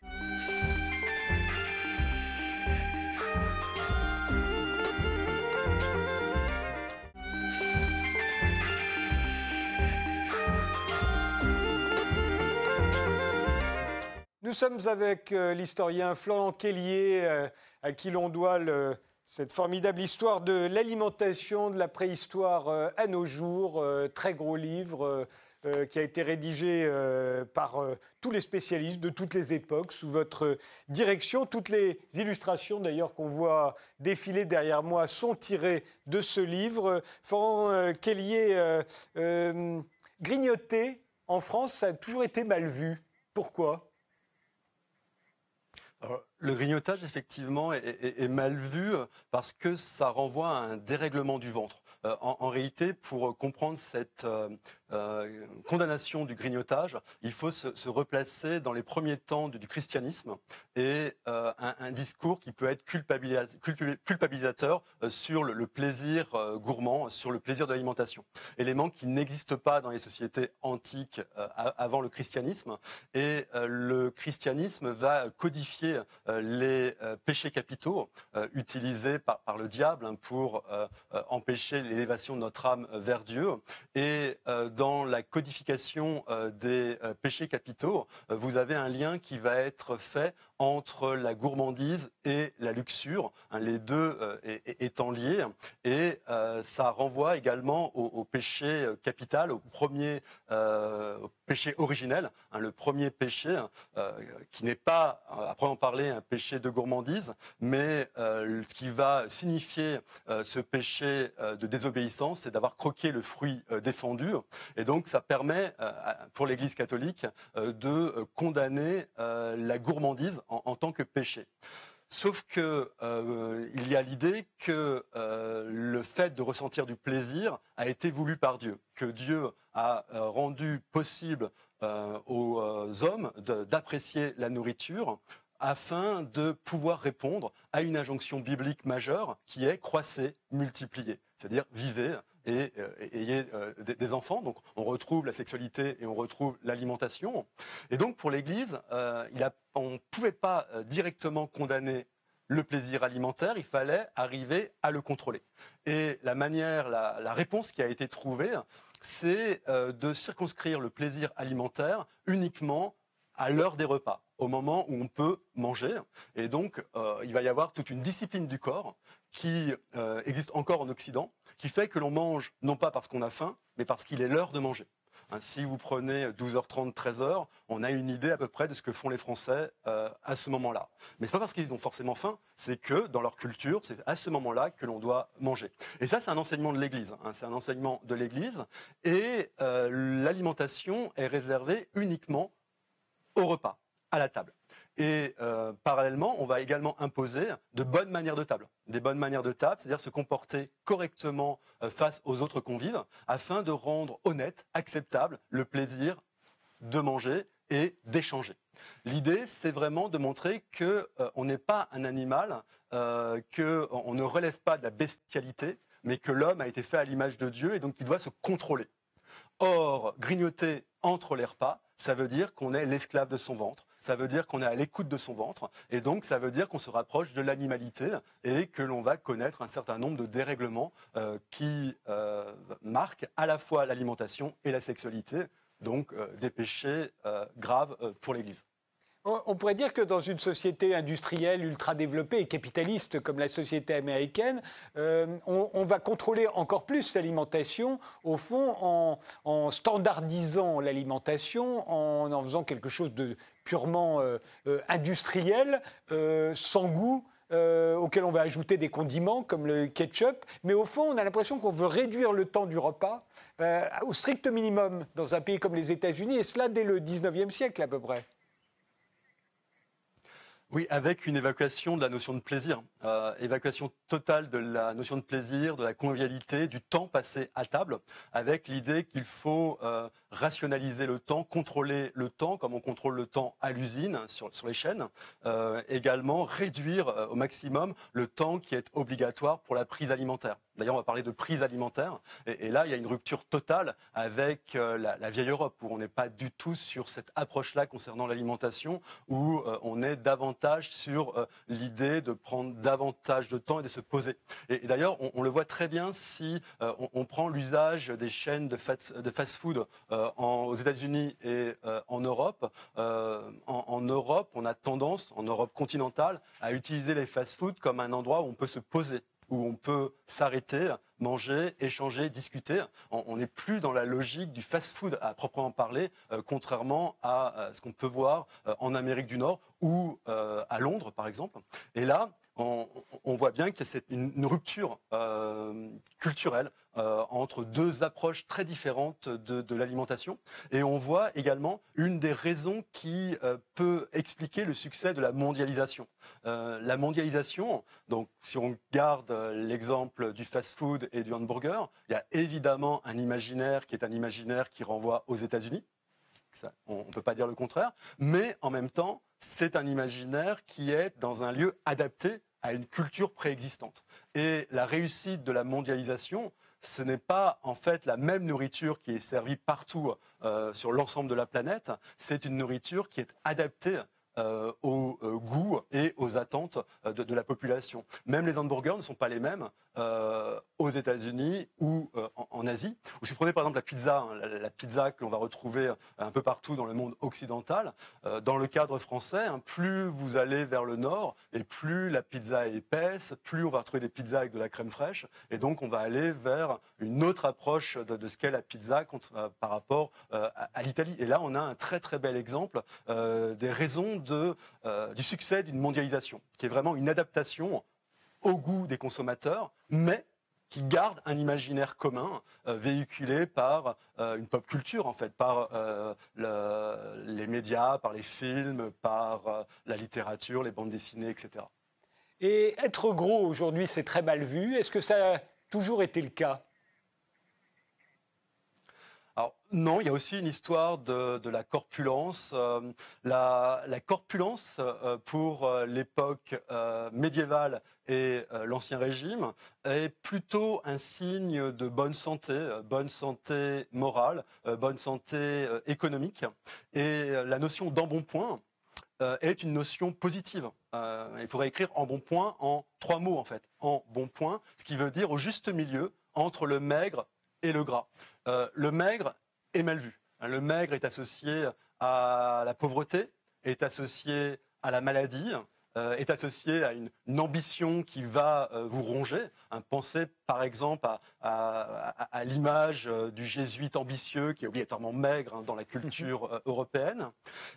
Speaker 1: Nous sommes avec euh, l'historien Florent Kellier, euh, à qui l'on doit le, cette formidable histoire de l'alimentation, de la préhistoire euh, à nos jours. Euh, très gros livre euh, euh, qui a été rédigé euh, par euh, tous les spécialistes de toutes les époques, sous votre direction. Toutes les illustrations d'ailleurs qu'on voit défiler derrière moi sont tirées de ce livre. Florent euh, Kellier, euh, euh, grignoter en France, ça a toujours été mal vu. Pourquoi ?
Speaker 2: Alors, le grignotage, effectivement, est, est, est mal vu parce que ça renvoie à un dérèglement du ventre. Euh, en, en réalité, pour comprendre cette euh, euh, condamnation du grignotage, il faut se, se replacer dans les premiers temps du, du christianisme et euh, un, un discours qui peut être culpabilis- culpabilisateur euh, sur le, le plaisir euh, gourmand, sur le plaisir de l'alimentation. Élément qui n'existe pas dans les sociétés antiques euh, avant le christianisme. Et euh, le christianisme va codifier euh, les euh, péchés capitaux euh, utilisés par, par le diable hein, pour euh, euh, empêcher l'élévation de notre âme vers Dieu. Et euh, dans la codification euh, des euh, péchés capitaux, euh, vous avez un lien qui va être fait entre la gourmandise et la luxure, hein, les deux euh, étant liés. Et euh, ça renvoie également au, au péché capital, au premier euh, au péché originel, hein, le premier péché euh, qui n'est pas, à proprement parler, un péché de gourmandise, mais euh, ce qui va signifier euh, ce péché euh, de désobéissance, c'est d'avoir croqué le fruit euh, défendu. Et donc ça permet, euh, pour l'Église catholique, euh, de condamner euh, la gourmandise en, en tant que péché. Sauf que euh, il y a l'idée que euh, le fait de ressentir du plaisir a été voulu par Dieu, que Dieu a euh, rendu possible euh, aux euh, hommes de, d'apprécier la nourriture afin de pouvoir répondre à une injonction biblique majeure qui est croissez, multipliez, c'est-à-dire vivez et euh, ayez euh, des, des enfants. Donc on retrouve la sexualité et on retrouve l'alimentation. Et donc pour l'Église, euh, il a, on ne pouvait pas euh, directement condamner le plaisir alimentaire, il fallait arriver à le contrôler. Et la manière, la, la réponse qui a été trouvée, c'est euh, de circonscrire le plaisir alimentaire uniquement à l'heure des repas, au moment où on peut manger. Et donc, euh, il va y avoir toute une discipline du corps qui euh, existe encore en Occident, qui fait que l'on mange non pas parce qu'on a faim, mais parce qu'il est l'heure de manger. Hein, si vous prenez douze heures trente, treize heures, on a une idée à peu près de ce que font les Français euh, à ce moment-là. Mais ce n'est pas parce qu'ils ont forcément faim, c'est que dans leur culture, c'est à ce moment-là que l'on doit manger. Et ça, c'est un enseignement de l'Église. Hein, c'est un enseignement de l'Église. Et euh, l'alimentation est réservée uniquement au repas, à la table. Et euh, parallèlement, on va également imposer de bonnes manières de table. Des bonnes manières de table, c'est-à-dire se comporter correctement euh, face aux autres convives, afin de rendre honnête, acceptable le plaisir de manger et d'échanger. L'idée, c'est vraiment de montrer qu'on euh, n'est pas un animal, euh, qu'on ne relève pas de la bestialité, mais que l'homme a été fait à l'image de Dieu et donc il doit se contrôler. Or, grignoter entre les repas, ça veut dire qu'on est l'esclave de son ventre, ça veut dire qu'on est à l'écoute de son ventre, et donc ça veut dire qu'on se rapproche de l'animalité et que l'on va connaître un certain nombre de dérèglements euh, qui euh, marquent à la fois l'alimentation et la sexualité, donc euh, des péchés euh, graves euh, pour l'Église.
Speaker 1: On pourrait dire que dans une société industrielle ultra développée et capitaliste comme la société américaine, euh, on, on va contrôler encore plus l'alimentation, au fond, en, en standardisant l'alimentation, en en faisant quelque chose de purement euh, euh, industriel, euh, sans goût. Euh, auquel on va ajouter des condiments comme le ketchup, mais au fond, on a l'impression qu'on veut réduire le temps du repas euh, au strict minimum dans un pays comme les États-Unis, et cela dès le dix-neuvième siècle à peu près.
Speaker 2: Oui, avec une évacuation de la notion de plaisir, euh, évacuation totale de la notion de plaisir, de la convivialité, du temps passé à table, avec l'idée qu'il faut euh, rationaliser le temps, contrôler le temps, comme on contrôle le temps à l'usine, sur, sur les chaînes, euh, également réduire euh, au maximum le temps qui est obligatoire pour la prise alimentaire. D'ailleurs, on va parler de prise alimentaire, et, et là, il y a une rupture totale avec euh, la, la vieille Europe, où on n'est pas du tout sur cette approche-là concernant l'alimentation, où euh, on est davantage sur euh, l'idée de prendre davantage de temps et de se poser. Et, et d'ailleurs, on, on le voit très bien si euh, on, on prend l'usage des chaînes de, fast, de fast-food euh, en, aux États-Unis et euh, en Europe. Euh, en, en Europe, on a tendance, en Europe continentale, à utiliser les fast-food comme un endroit où on peut se poser, où on peut s'arrêter, manger, échanger, discuter. On n'est plus dans la logique du fast-food à proprement parler, euh, contrairement à, à ce qu'on peut voir euh, en Amérique du Nord ou euh, à Londres, par exemple. Et là, on, on voit bien qu'il y a une, une rupture euh, culturelle euh, entre deux approches très différentes de, de l'alimentation. Et on voit également une des raisons qui euh, peut expliquer le succès de la mondialisation. Euh, la mondialisation, donc si on garde l'exemple du fast-food et du hamburger, il y a évidemment un imaginaire qui est un imaginaire qui renvoie aux États-Unis. Ça, on ne peut pas dire le contraire. Mais en même temps, c'est un imaginaire qui est dans un lieu adapté à une culture préexistante. Et la réussite de la mondialisation, ce n'est pas en fait la même nourriture qui est servie partout euh, sur l'ensemble de la planète, c'est une nourriture qui est adaptée euh, au euh, goût et aux attentes euh, de, de la population. Même les hamburgers ne sont pas les mêmes euh, aux États-Unis ou euh, en, en Asie. Ou si vous prenez par exemple la pizza, hein, la, la pizza que l'on va retrouver un peu partout dans le monde occidental, euh, dans le cadre français, hein, plus vous allez vers le nord et plus la pizza est épaisse, plus on va retrouver des pizzas avec de la crème fraîche, et donc on va aller vers une autre approche de, de ce qu'est la pizza contre, euh, par rapport euh, à, à l'Italie. Et là, on a un très très bel exemple euh, des raisons de, euh, du succès d'une mondialisation, qui est vraiment une adaptation au goût des consommateurs, mais qui garde un imaginaire commun euh, véhiculé par euh, une pop culture, en fait, par euh, le, les médias, par les films, par euh, la littérature, les bandes dessinées, et cetera.
Speaker 1: Et être gros aujourd'hui, c'est très mal vu. Est-ce que ça a toujours été le cas ?
Speaker 2: Alors non, il y a aussi une histoire de, de la corpulence. Euh, la, la corpulence, euh, pour euh, l'époque euh, médiévale et euh, l'Ancien Régime, est plutôt un signe de bonne santé, euh, bonne santé morale, euh, bonne santé euh, économique. Et euh, la notion d'embonpoint euh, est une notion positive. Euh, il faudrait écrire embonpoint en trois mots, en fait. Embonpoint, ce qui veut dire au juste milieu entre le maigre et le gras. Euh, le maigre est mal vu. Le maigre est associé à la pauvreté, est associé à la maladie, euh, est associé à une, une ambition qui va euh, vous ronger. Hein, pensez par exemple à, à, à, à l'image euh, du jésuite ambitieux qui est obligatoirement maigre, hein, dans la culture euh, européenne.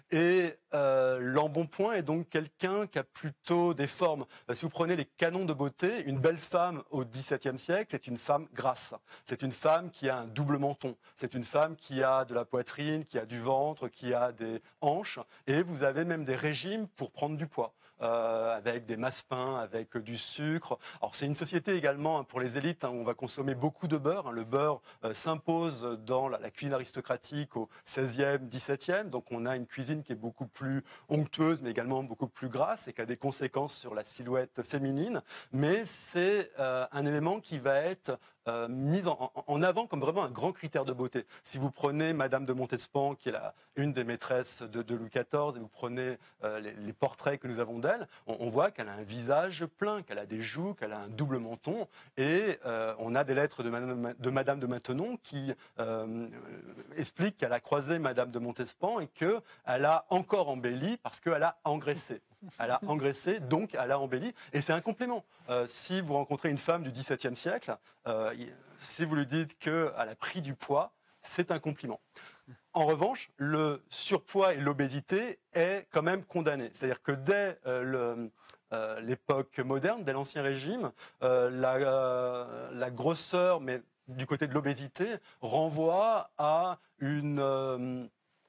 Speaker 2: Et euh, l'embonpoint est donc quelqu'un qui a plutôt des formes. Euh, si vous prenez les canons de beauté, une belle femme au dix-septième siècle est une femme grasse. C'est une femme qui a un double menton. C'est une femme qui a de la poitrine, qui a du ventre, qui a des hanches. Et vous avez même des régimes pour prendre du poids. Euh, avec des massepains, avec du sucre. Alors c'est une société également, hein, pour les élites, hein, où on va consommer beaucoup de beurre. Hein. Le beurre euh, s'impose dans la, la cuisine aristocratique au seizième, dix-septième. Donc on a une cuisine qui est beaucoup plus onctueuse, mais également beaucoup plus grasse et qui a des conséquences sur la silhouette féminine. Mais c'est euh, un élément qui va être Euh, mise en, en avant comme vraiment un grand critère de beauté. Si vous prenez Madame de Montespan, qui est la, une des maîtresses de, de Louis quatorze, et vous prenez euh, les, les portraits que nous avons d'elle, on, on voit qu'elle a un visage plein, qu'elle a des joues, qu'elle a un double menton, et euh, on a des lettres de Madame de, Madame de Maintenon qui euh, expliquent qu'elle a croisé Madame de Montespan et qu'elle a encore embelli parce qu'elle a engraissé. Elle a engraissé, donc elle a embelli. Et c'est un complément. Euh, si vous rencontrez une femme du dix-septième siècle, euh, si vous lui dites qu'elle a pris du poids, c'est un compliment. En revanche, le surpoids et l'obésité est quand même condamné. C'est-à-dire que dès euh, le, euh, l'époque moderne, dès l'Ancien Régime, euh, la, euh, la grosseur, mais du côté de l'obésité, renvoie à une... Euh,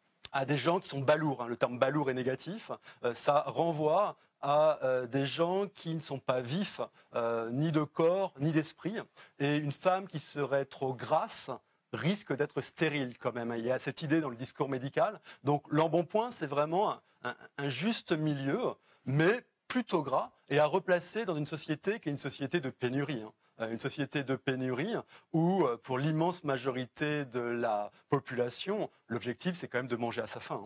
Speaker 2: à des gens qui sont balourds. Hein. Le terme balourd est négatif. Euh, ça renvoie à euh, des gens qui ne sont pas vifs, euh, ni de corps, ni d'esprit. Et une femme qui serait trop grasse risque d'être stérile quand même. Il y a cette idée dans le discours médical. Donc l'embonpoint, c'est vraiment un, un, un juste milieu, mais plutôt gras, et à replacer dans une société qui est une société de pénurie. Hein. Une société de pénurie où, pour l'immense majorité de la population, l'objectif, c'est quand même de manger à sa faim.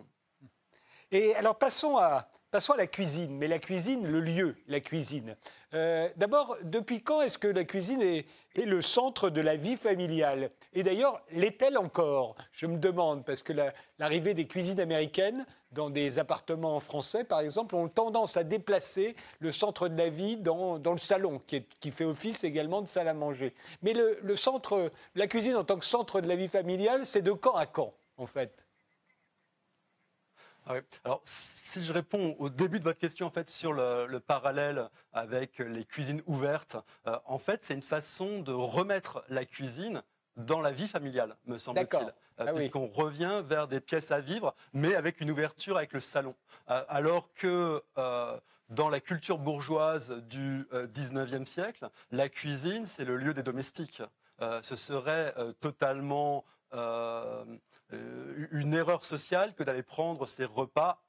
Speaker 1: Et alors, passons à, passons à la cuisine. Mais la cuisine, le lieu, la cuisine. Euh, d'abord, depuis quand est-ce que la cuisine est, est le centre de la vie familiale ? Et d'ailleurs, l'est-elle encore ? Je me demande, parce que la, l'arrivée des cuisines américaines dans des appartements français, par exemple, ont tendance à déplacer le centre de la vie dans, dans le salon, qui, est, qui fait office également de salle à manger. Mais le, le centre, la cuisine en tant que centre de la vie familiale, c'est de quand à quand, en fait ?
Speaker 2: Ah oui. Alors, si je réponds au début de votre question en fait, sur le, le parallèle avec les cuisines ouvertes, euh, en fait, c'est une façon de remettre la cuisine dans la vie familiale, me semble-t-il. Euh,
Speaker 1: ah
Speaker 2: puisqu'on
Speaker 1: oui.
Speaker 2: revient vers des pièces à vivre, mais avec une ouverture avec le salon. Euh, alors que euh, dans la culture bourgeoise du euh, dix-neuvième siècle, la cuisine, c'est le lieu des domestiques. Euh, ce serait euh, totalement... Euh, une erreur sociale que d'aller prendre ses repas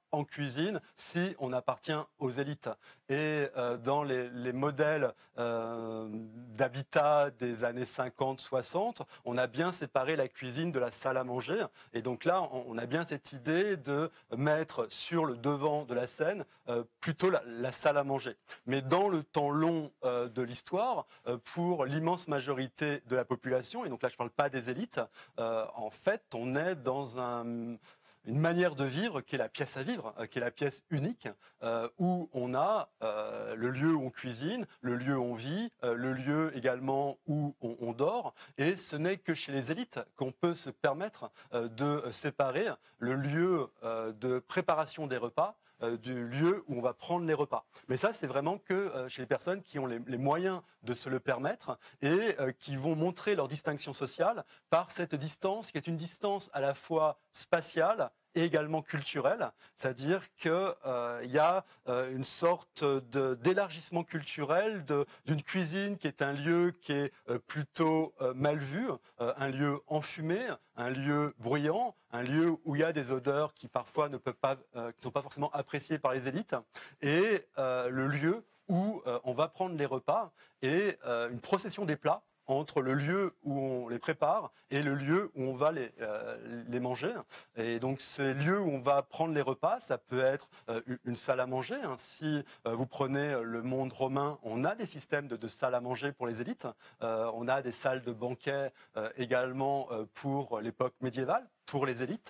Speaker 2: en cuisine si on appartient aux élites. Et euh, dans les, les modèles euh, d'habitat des années cinquante soixante, on a bien séparé la cuisine de la salle à manger. Et donc là, on, on a bien cette idée de mettre sur le devant de la scène euh, plutôt la, la salle à manger. Mais dans le temps long euh, de l'histoire, euh, pour l'immense majorité de la population, et donc là je ne parle pas des élites, euh, en fait on est dans un... une manière de vivre qui est la pièce à vivre, qui est la pièce unique, euh, où on a euh, le lieu où on cuisine, le lieu où on vit, euh, le lieu également où on, on dort. Et ce n'est que chez les élites qu'on peut se permettre euh, de séparer le lieu euh, de préparation des repas Euh, du lieu où on va prendre les repas. Mais ça, c'est vraiment que euh, chez les personnes qui ont les, les moyens de se le permettre et euh, qui vont montrer leur distinction sociale par cette distance qui est une distance à la fois spatiale et également culturelle, c'est-à-dire qu'il euh, y a euh, une sorte de, d'élargissement culturel de, d'une cuisine qui est un lieu qui est euh, plutôt euh, mal vu, euh, un lieu enfumé, un lieu bruyant, un lieu où il y a des odeurs qui parfois ne peuvent pas, euh, qui ne sont pas forcément appréciées par les élites, et euh, le lieu où euh, on va prendre les repas et euh, une procession des plats entre le lieu où on les prépare et le lieu où on va les, euh, les manger. Et donc ces lieux où on va prendre les repas, ça peut être euh, une salle à manger. Hein. Si euh, vous prenez le monde romain, on a des systèmes de, de salles à manger pour les élites. Euh, on a des salles de banquet euh, également euh, pour l'époque médiévale, pour les élites.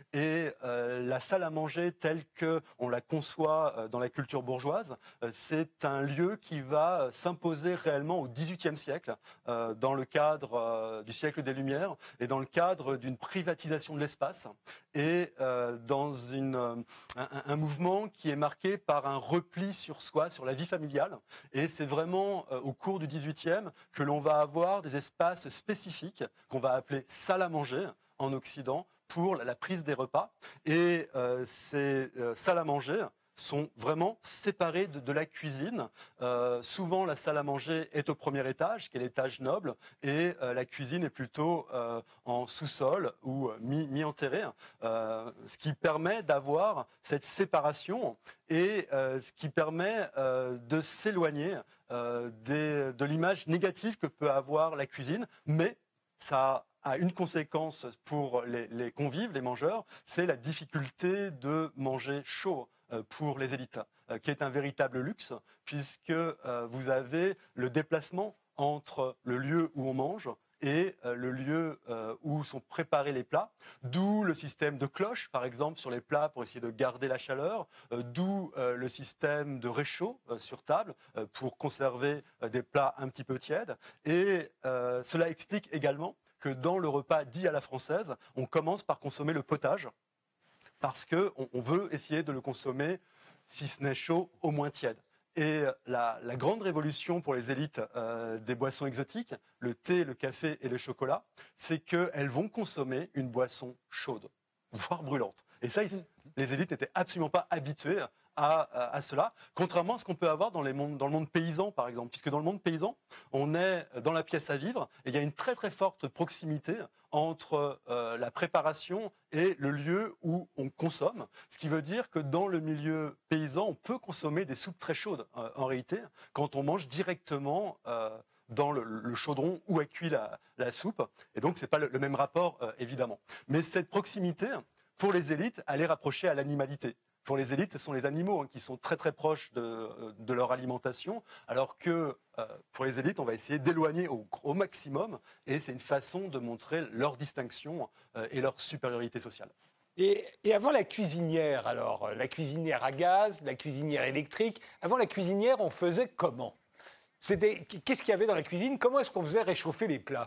Speaker 2: Et euh, la salle à manger telle qu'on la conçoit euh, dans la culture bourgeoise, euh, c'est un lieu qui va s'imposer réellement au dix-huitième siècle, euh, dans le cadre euh, du siècle des Lumières et dans le cadre d'une privatisation de l'espace et euh, dans une, euh, un, un mouvement qui est marqué par un repli sur soi, sur la vie familiale. Et c'est vraiment euh, au cours du dix-huitième que l'on va avoir des espaces spécifiques qu'on va appeler salles à manger en Occident pour la prise des repas. Et euh, ces euh, salles à manger sont vraiment séparées de, de la cuisine. Euh, souvent, la salle à manger est au premier étage, qui est l'étage noble, et euh, la cuisine est plutôt euh, en sous-sol ou mi, mi-enterrée, euh, ce qui permet d'avoir cette séparation et euh, ce qui permet euh, de s'éloigner euh, des, de l'image négative que peut avoir la cuisine, mais ça a une conséquence pour les, les convives, les mangeurs, c'est la difficulté de manger chaud pour les élites, qui est un véritable luxe, puisque euh, vous avez le déplacement entre le lieu où on mange et euh, le lieu euh, où sont préparés les plats, d'où le système de cloche, par exemple, sur les plats pour essayer de garder la chaleur, euh, d'où euh, le système de réchaud euh, sur table euh, pour conserver euh, des plats un petit peu tièdes. Et euh, cela explique également que dans le repas dit à la française, on commence par consommer le potage, parce qu'on on veut essayer de le consommer, si ce n'est chaud, au moins tiède. Et la, la grande révolution pour les élites euh, des boissons exotiques, le thé, le café et le chocolat, c'est qu'elles vont consommer une boisson chaude, voire brûlante. Et ça, ils, les élites n'étaient absolument pas habituées à, à, à cela, contrairement à ce qu'on peut avoir dans, les mondes, dans le monde paysan, par exemple. Puisque dans le monde paysan, on est dans la pièce à vivre et il y a une très très forte proximité entre euh, la préparation et le lieu où on consomme. Ce qui veut dire que dans le milieu paysan, on peut consommer des soupes très chaudes, euh, en réalité, quand on mange directement euh, dans le, le chaudron où est cuit la, la soupe. Et donc, ce n'est pas le, le même rapport, euh, évidemment. Mais cette proximité, pour les élites, elle est rapprochée à l'animalité. Pour les élites, ce sont les animaux hein, qui sont très très proches de, de leur alimentation, alors que euh, pour les élites, on va essayer d'éloigner au, au maximum, et c'est une façon de montrer leur distinction euh, et leur supériorité sociale.
Speaker 1: Et, et avant la cuisinière, alors, la cuisinière à gaz, la cuisinière électrique, avant la cuisinière, on faisait comment ? C'était, qu'est-ce qu'il y avait dans la cuisine ? Comment est-ce qu'on faisait réchauffer les plats ?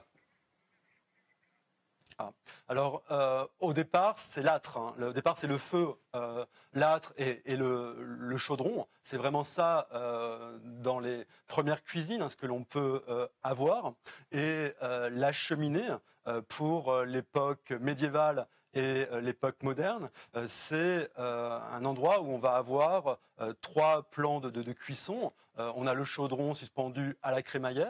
Speaker 2: Ah. Alors, euh, au départ, c'est l'âtre. Hein. Le, au départ, c'est le feu, euh, l'âtre et, et le, le chaudron. C'est vraiment ça euh, dans les premières cuisines, hein, ce que l'on peut euh, avoir. Et euh, la cheminée, euh, pour euh, l'époque médiévale et euh, l'époque moderne, euh, c'est euh, un endroit où on va avoir euh, trois plans de, de, de cuisson. Euh, on a le chaudron suspendu à la crémaillère.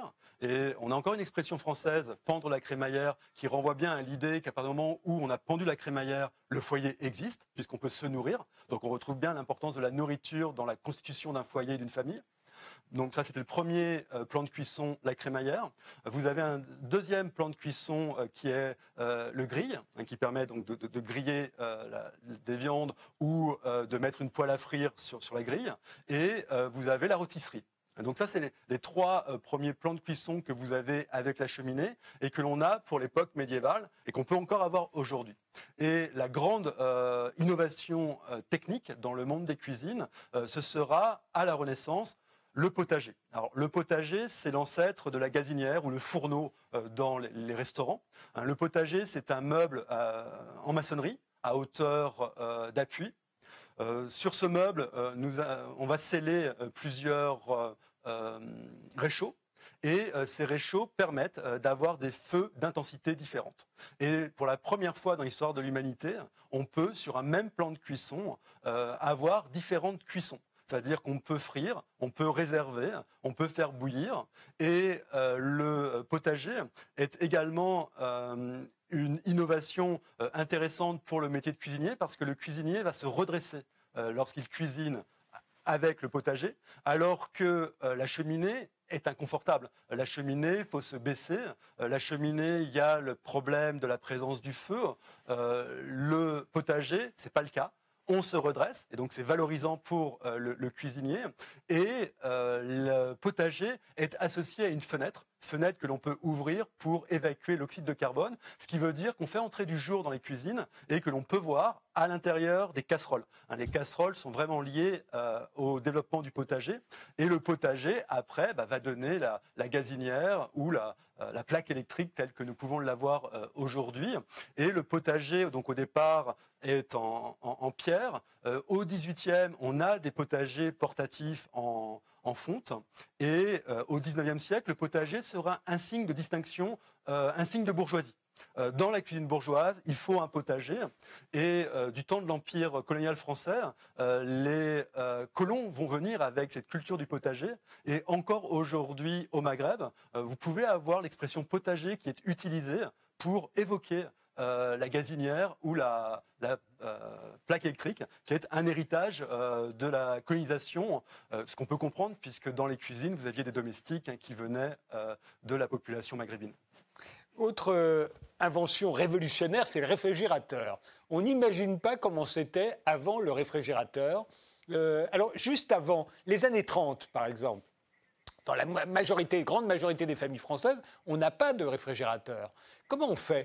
Speaker 2: Et on a encore une expression française, pendre la crémaillère, qui renvoie bien à l'idée qu'à partir du moment où on a pendu la crémaillère, le foyer existe, puisqu'on peut se nourrir. Donc on retrouve bien l'importance de la nourriture dans la constitution d'un foyer et d'une famille. Donc ça, c'était le premier euh, plan de cuisson, la crémaillère. Vous avez un deuxième plan de cuisson euh, qui est euh, le grill, hein, qui permet donc de, de, de griller euh, la, des viandes ou euh, de mettre une poêle à frire sur, sur la grille. Et euh, vous avez la rôtisserie. Donc ça, c'est les, les trois euh, premiers plans de cuisson que vous avez avec la cheminée et que l'on a pour l'époque médiévale et qu'on peut encore avoir aujourd'hui. Et la grande euh, innovation euh, technique dans le monde des cuisines, euh, ce sera à la Renaissance, le potager. Alors, le potager, c'est l'ancêtre de la gazinière ou le fourneau euh, dans les, les restaurants. Hein, le potager, c'est un meuble euh, en maçonnerie à hauteur euh, d'appui. Euh, sur ce meuble, euh, nous a, on va sceller euh, plusieurs euh, euh, réchauds. Et euh, ces réchauds permettent euh, d'avoir des feux d'intensité différentes. Et pour la première fois dans l'histoire de l'humanité, on peut, sur un même plan de cuisson, euh, avoir différentes cuissons. C'est-à-dire qu'on peut frire, on peut réserver, on peut faire bouillir. Et euh, le potager est également euh, une innovation euh, intéressante pour le métier de cuisinier parce que le cuisinier va se redresser euh, lorsqu'il cuisine avec le potager, alors que euh, la cheminée est inconfortable. La cheminée, il faut se baisser. Euh, la cheminée, il y a le problème de la présence du feu. Euh, le potager, c'est pas le cas. On se redresse, et donc c'est valorisant pour euh, le, le cuisinier. Et euh, le potager est associé à une fenêtre, fenêtre que l'on peut ouvrir pour évacuer l'oxyde de carbone, ce qui veut dire qu'on fait entrer du jour dans les cuisines et que l'on peut voir à l'intérieur des casseroles. Hein, les casseroles sont vraiment liées euh, au développement du potager, et le potager, après, bah, va donner la, la gazinière ou la, euh, la plaque électrique telle que nous pouvons l'avoir euh, aujourd'hui. Et le potager, donc au départ, est en, en, en pierre. Euh, au dix-huitième, on a des potagers portatifs en, en fonte. Et euh, au dix-neuvième siècle, le potager sera un signe de distinction, euh, un signe de bourgeoisie. Euh, dans la cuisine bourgeoise, il faut un potager. Et euh, du temps de l'Empire colonial français, euh, les euh, colons vont venir avec cette culture du potager. Et encore aujourd'hui au Maghreb, euh, vous pouvez avoir l'expression potager qui est utilisée pour évoquer Euh, la gazinière ou la, la euh, plaque électrique, qui est un héritage euh, de la colonisation, euh, ce qu'on peut comprendre puisque dans les cuisines, vous aviez des domestiques hein, qui venaient euh, de la population maghrébine.
Speaker 1: Autre euh, invention révolutionnaire, c'est le réfrigérateur. On n'imagine pas comment c'était avant le réfrigérateur. Euh, alors, juste avant, les années trente, par exemple, dans la majorité, grande majorité des familles françaises, on n'a pas de réfrigérateur. Comment on fait ?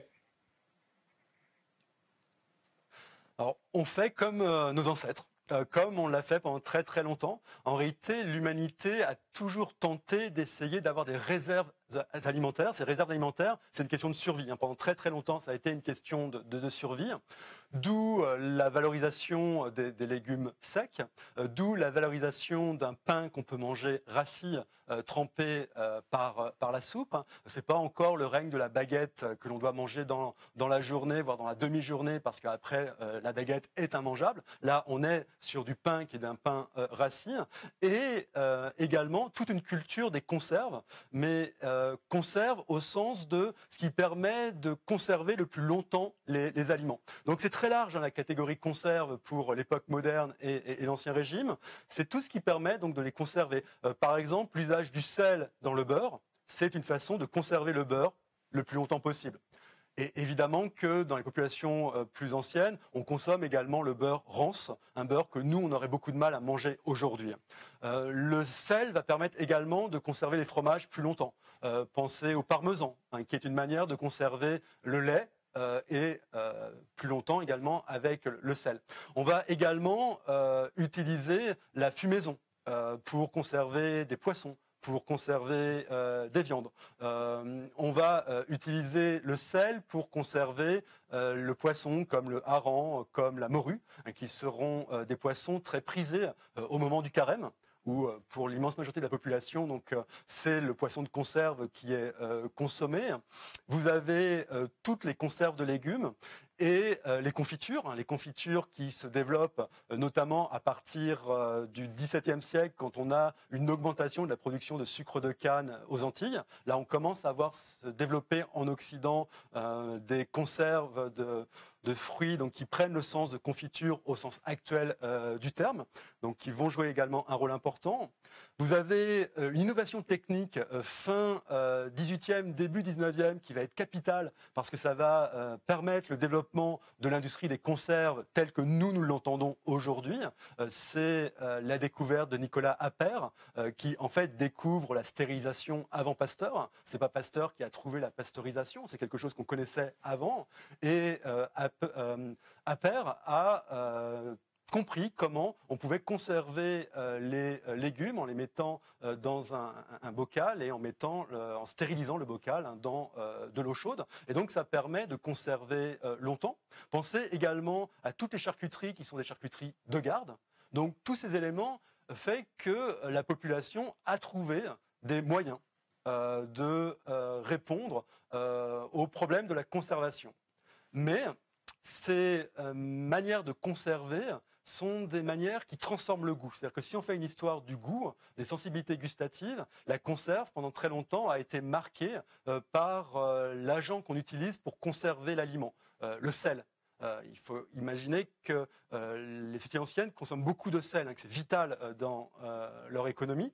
Speaker 2: Alors, on fait comme euh, nos ancêtres, euh, comme on l'a fait pendant très très longtemps. En réalité, l'humanité a toujours tenté d'essayer d'avoir des réserves alimentaires. Ces réserves alimentaires, c'est une question de survie. Hein. Pendant très très longtemps, ça a été une question de, de, de survie. D'où euh, la valorisation des, des légumes secs, euh, d'où la valorisation d'un pain qu'on peut manger rassis, euh, trempé euh, par, par la soupe. Hein. Ce n'est pas encore le règne de la baguette que l'on doit manger dans, dans la journée, voire dans la demi-journée, parce qu'après, euh, la baguette est immangeable. Là, on est sur du pain qui est d'un pain euh, rassis. Et euh, également, toute une culture des conserves, mais euh, conserves au sens de ce qui permet de conserver le plus longtemps les, les aliments. Donc c'est très large hein, la catégorie conserve pour l'époque moderne et, et, et l'Ancien Régime. C'est tout ce qui permet donc de les conserver. Euh, par exemple, l'usage du sel dans le beurre, c'est une façon de conserver le beurre le plus longtemps possible. Et évidemment que dans les populations euh, plus anciennes, on consomme également le beurre rance, un beurre que nous, on aurait beaucoup de mal à manger aujourd'hui. Euh, le sel va permettre également de conserver les fromages plus longtemps. Euh, pensez au parmesan, hein, qui est une manière de conserver le lait, Euh, et euh, plus longtemps également avec le sel. On va également euh, utiliser la fumaison euh, pour conserver des poissons, pour conserver euh, des viandes. Euh, on va euh, utiliser le sel pour conserver euh, le poisson comme le hareng, comme la morue, hein, qui seront euh, des poissons très prisés euh, au moment du carême, où pour l'immense majorité de la population, donc euh, c'est le poisson de conserve qui est euh, consommé. Vous avez euh, toutes les conserves de légumes et euh, les confitures, hein, les confitures qui se développent euh, notamment à partir euh, du dix-septième siècle, quand on a une augmentation de la production de sucre de canne aux Antilles. Là, on commence à voir se développer en Occident euh, des conserves de, de fruits donc, qui prennent le sens de confiture au sens actuel euh, du terme, donc qui vont jouer également un rôle important. Vous avez euh, une innovation technique euh, fin euh, dix-huitième, début dix-neuvième qui va être capitale parce que ça va euh, permettre le développement de l'industrie des conserves telle que nous, nous l'entendons aujourd'hui. Euh, c'est euh, la découverte de Nicolas Appert euh, qui en fait découvre la stérilisation avant Pasteur. C'est pas Pasteur qui a trouvé la pasteurisation, c'est quelque chose qu'on connaissait avant. Et euh, Appert a euh, compris comment on pouvait conserver euh, les euh, légumes en les mettant euh, dans un, un bocal et en, mettant, euh, en stérilisant le bocal hein, dans euh, de l'eau chaude. Et donc ça permet de conserver euh, longtemps. Pensez également à toutes les charcuteries qui sont des charcuteries de garde. Donc tous ces éléments font que la population a trouvé des moyens euh, de euh, répondre euh, aux problèmes de la conservation. Mais ces euh, manières de conserver sont des manières qui transforment le goût. C'est-à-dire que si on fait une histoire du goût, des sensibilités gustatives, la conserve, pendant très longtemps, a été marquée euh, par euh, l'agent qu'on utilise pour conserver l'aliment, euh, le sel. Euh, il faut imaginer que euh, les sociétés anciennes consomment beaucoup de sel, hein, que c'est vital euh, dans euh, leur économie.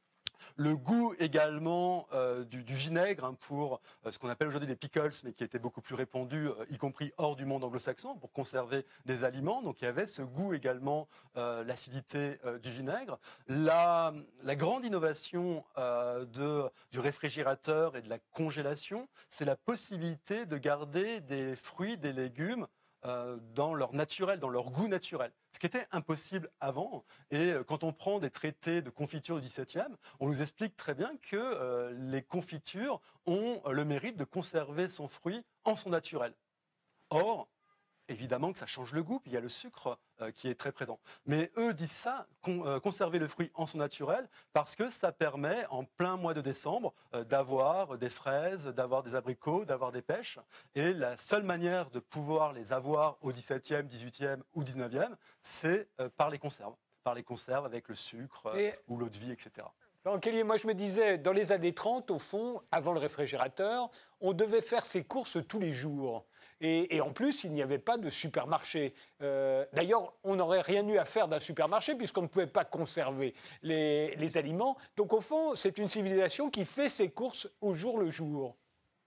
Speaker 2: Le goût également euh, du, du vinaigre hein, pour euh, ce qu'on appelle aujourd'hui des pickles, mais qui était beaucoup plus répandu, euh, y compris hors du monde anglo-saxon, pour conserver des aliments. Donc il y avait ce goût également, euh, l'acidité euh, du vinaigre. La, la grande innovation euh, de, du réfrigérateur et de la congélation, c'est la possibilité de garder des fruits, des légumes euh, dans leur naturel, dans leur goût naturel. Ce qui était impossible avant. Et quand on prend des traités de confiture du dix-septième, on nous explique très bien que euh, les confitures ont le mérite de conserver son fruit en son naturel. Or, évidemment que ça change le goût, puis il y a le sucre euh, qui est très présent. Mais eux disent ça, con, euh, conserver le fruit en son naturel, parce que ça permet, en plein mois de décembre, euh, d'avoir des fraises, d'avoir des abricots, d'avoir des pêches. Et la seule manière de pouvoir les avoir au dix-septième, dix-huitième ou dix-neuvième, c'est euh, par les conserves. Par les conserves avec le sucre euh, Et... ou l'eau de vie, et cetera.
Speaker 1: Florent Kellier, moi je me disais, dans les années trente, au fond, avant le réfrigérateur, on devait faire ses courses tous les jours. Et, et en plus, il n'y avait pas de supermarché. Euh, d'ailleurs, on n'aurait rien eu à faire d'un supermarché puisqu'on ne pouvait pas conserver les, les aliments. Donc au fond, c'est une civilisation qui fait ses courses au jour le jour.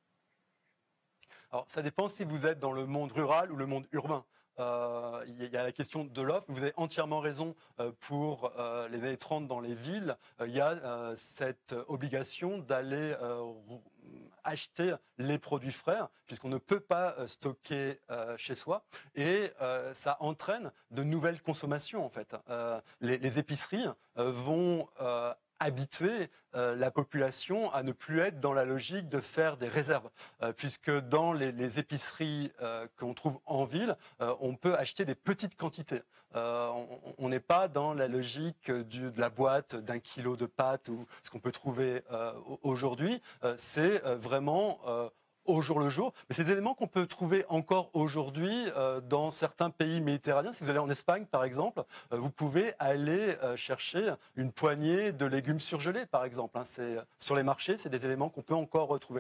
Speaker 2: Alors ça dépend si vous êtes dans le monde rural ou le monde urbain. Euh, il y a la question de l'offre. Vous avez entièrement raison euh, pour euh, les années trente dans les villes. Euh, il y a euh, cette obligation d'aller euh, acheter les produits frais puisqu'on ne peut pas euh, stocker euh, chez soi et euh, ça entraîne de nouvelles consommations en fait. Euh, les, les épiceries euh, vont euh, habituer euh, la population à ne plus être dans la logique de faire des réserves. Euh, puisque dans les, les épiceries euh, qu'on trouve en ville, euh, on peut acheter des petites quantités. Euh, on n'est pas dans la logique du, de la boîte d'un kilo de pâtes ou ce qu'on peut trouver euh, aujourd'hui. Euh, c'est euh, vraiment... Euh, au jour le jour. Mais c'est des éléments qu'on peut trouver encore aujourd'hui euh, dans certains pays méditerranéens. Si vous allez en Espagne, par exemple, euh, vous pouvez aller euh, chercher une poignée de légumes surgelés, par exemple. Hein. C'est, sur les marchés, c'est des éléments qu'on peut encore retrouver.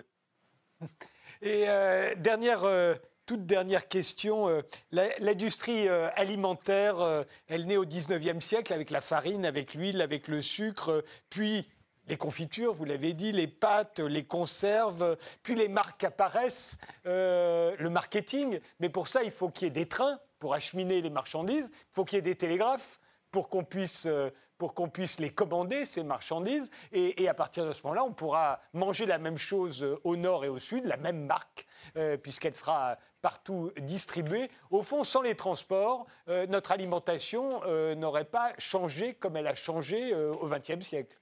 Speaker 1: Et euh, dernière... Euh... Toute dernière question, euh, l'industrie euh, alimentaire, euh, elle naît au dix-neuvième siècle avec la farine, avec l'huile, avec le sucre, euh, puis les confitures, vous l'avez dit, les pâtes, les conserves, puis les marques apparaissent, euh, le marketing. Mais pour ça, il faut qu'il y ait des trains pour acheminer les marchandises, il faut qu'il y ait des télégraphes pour qu'on puisse, euh, pour qu'on puisse les commander, ces marchandises. Et, et à partir de ce moment-là, on pourra manger la même chose au nord et au sud, la même marque, euh, puisqu'elle sera partout distribuée. Au fond, sans les transports, euh, notre alimentation euh, n'aurait pas changé comme elle a changé euh, au vingtième siècle.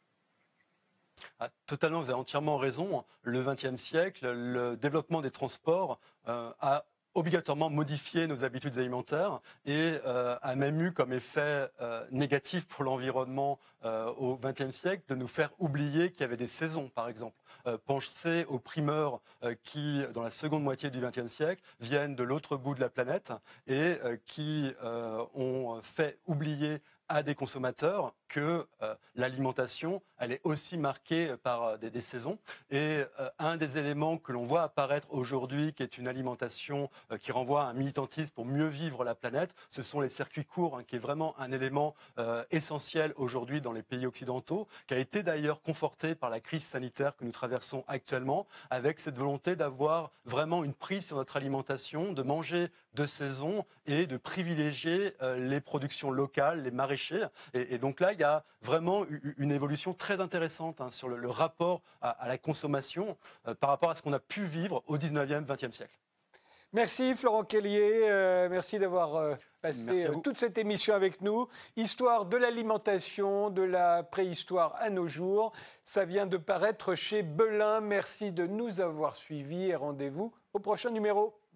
Speaker 2: Ah, totalement, vous avez entièrement raison. Le vingtième siècle, le développement des transports euh, a obligatoirement modifié nos habitudes alimentaires et euh, a même eu comme effet euh, négatif pour l'environnement euh, au vingtième siècle de nous faire oublier qu'il y avait des saisons, par exemple. Euh, pensez aux primeurs euh, qui, dans la seconde moitié du vingtième siècle, viennent de l'autre bout de la planète et euh, qui euh, ont fait oublier à des consommateurs que euh, l'alimentation, elle est aussi marquée par euh, des, des saisons. Et euh, un des éléments que l'on voit apparaître aujourd'hui, qui est une alimentation euh, qui renvoie à un militantisme pour mieux vivre la planète, ce sont les circuits courts, hein, qui est vraiment un élément euh, essentiel aujourd'hui dans les pays occidentaux, qui a été d'ailleurs conforté par la crise sanitaire que nous traversons actuellement, avec cette volonté d'avoir vraiment une prise sur notre alimentation, de manger de saison et de privilégier euh, les productions locales, les maraîchers. Et, et donc là, il y a vraiment une évolution très intéressante hein, sur le, le rapport à, à la consommation euh, par rapport à ce qu'on a pu vivre au dix-neuvième, vingtième siècle.
Speaker 1: Merci Florent Kellier, euh, merci d'avoir euh, passé euh, toute cette émission avec nous. Histoire de l'alimentation, de la préhistoire à nos jours. Ça vient de paraître chez Belin. Merci de nous avoir suivis et rendez-vous au prochain numéro.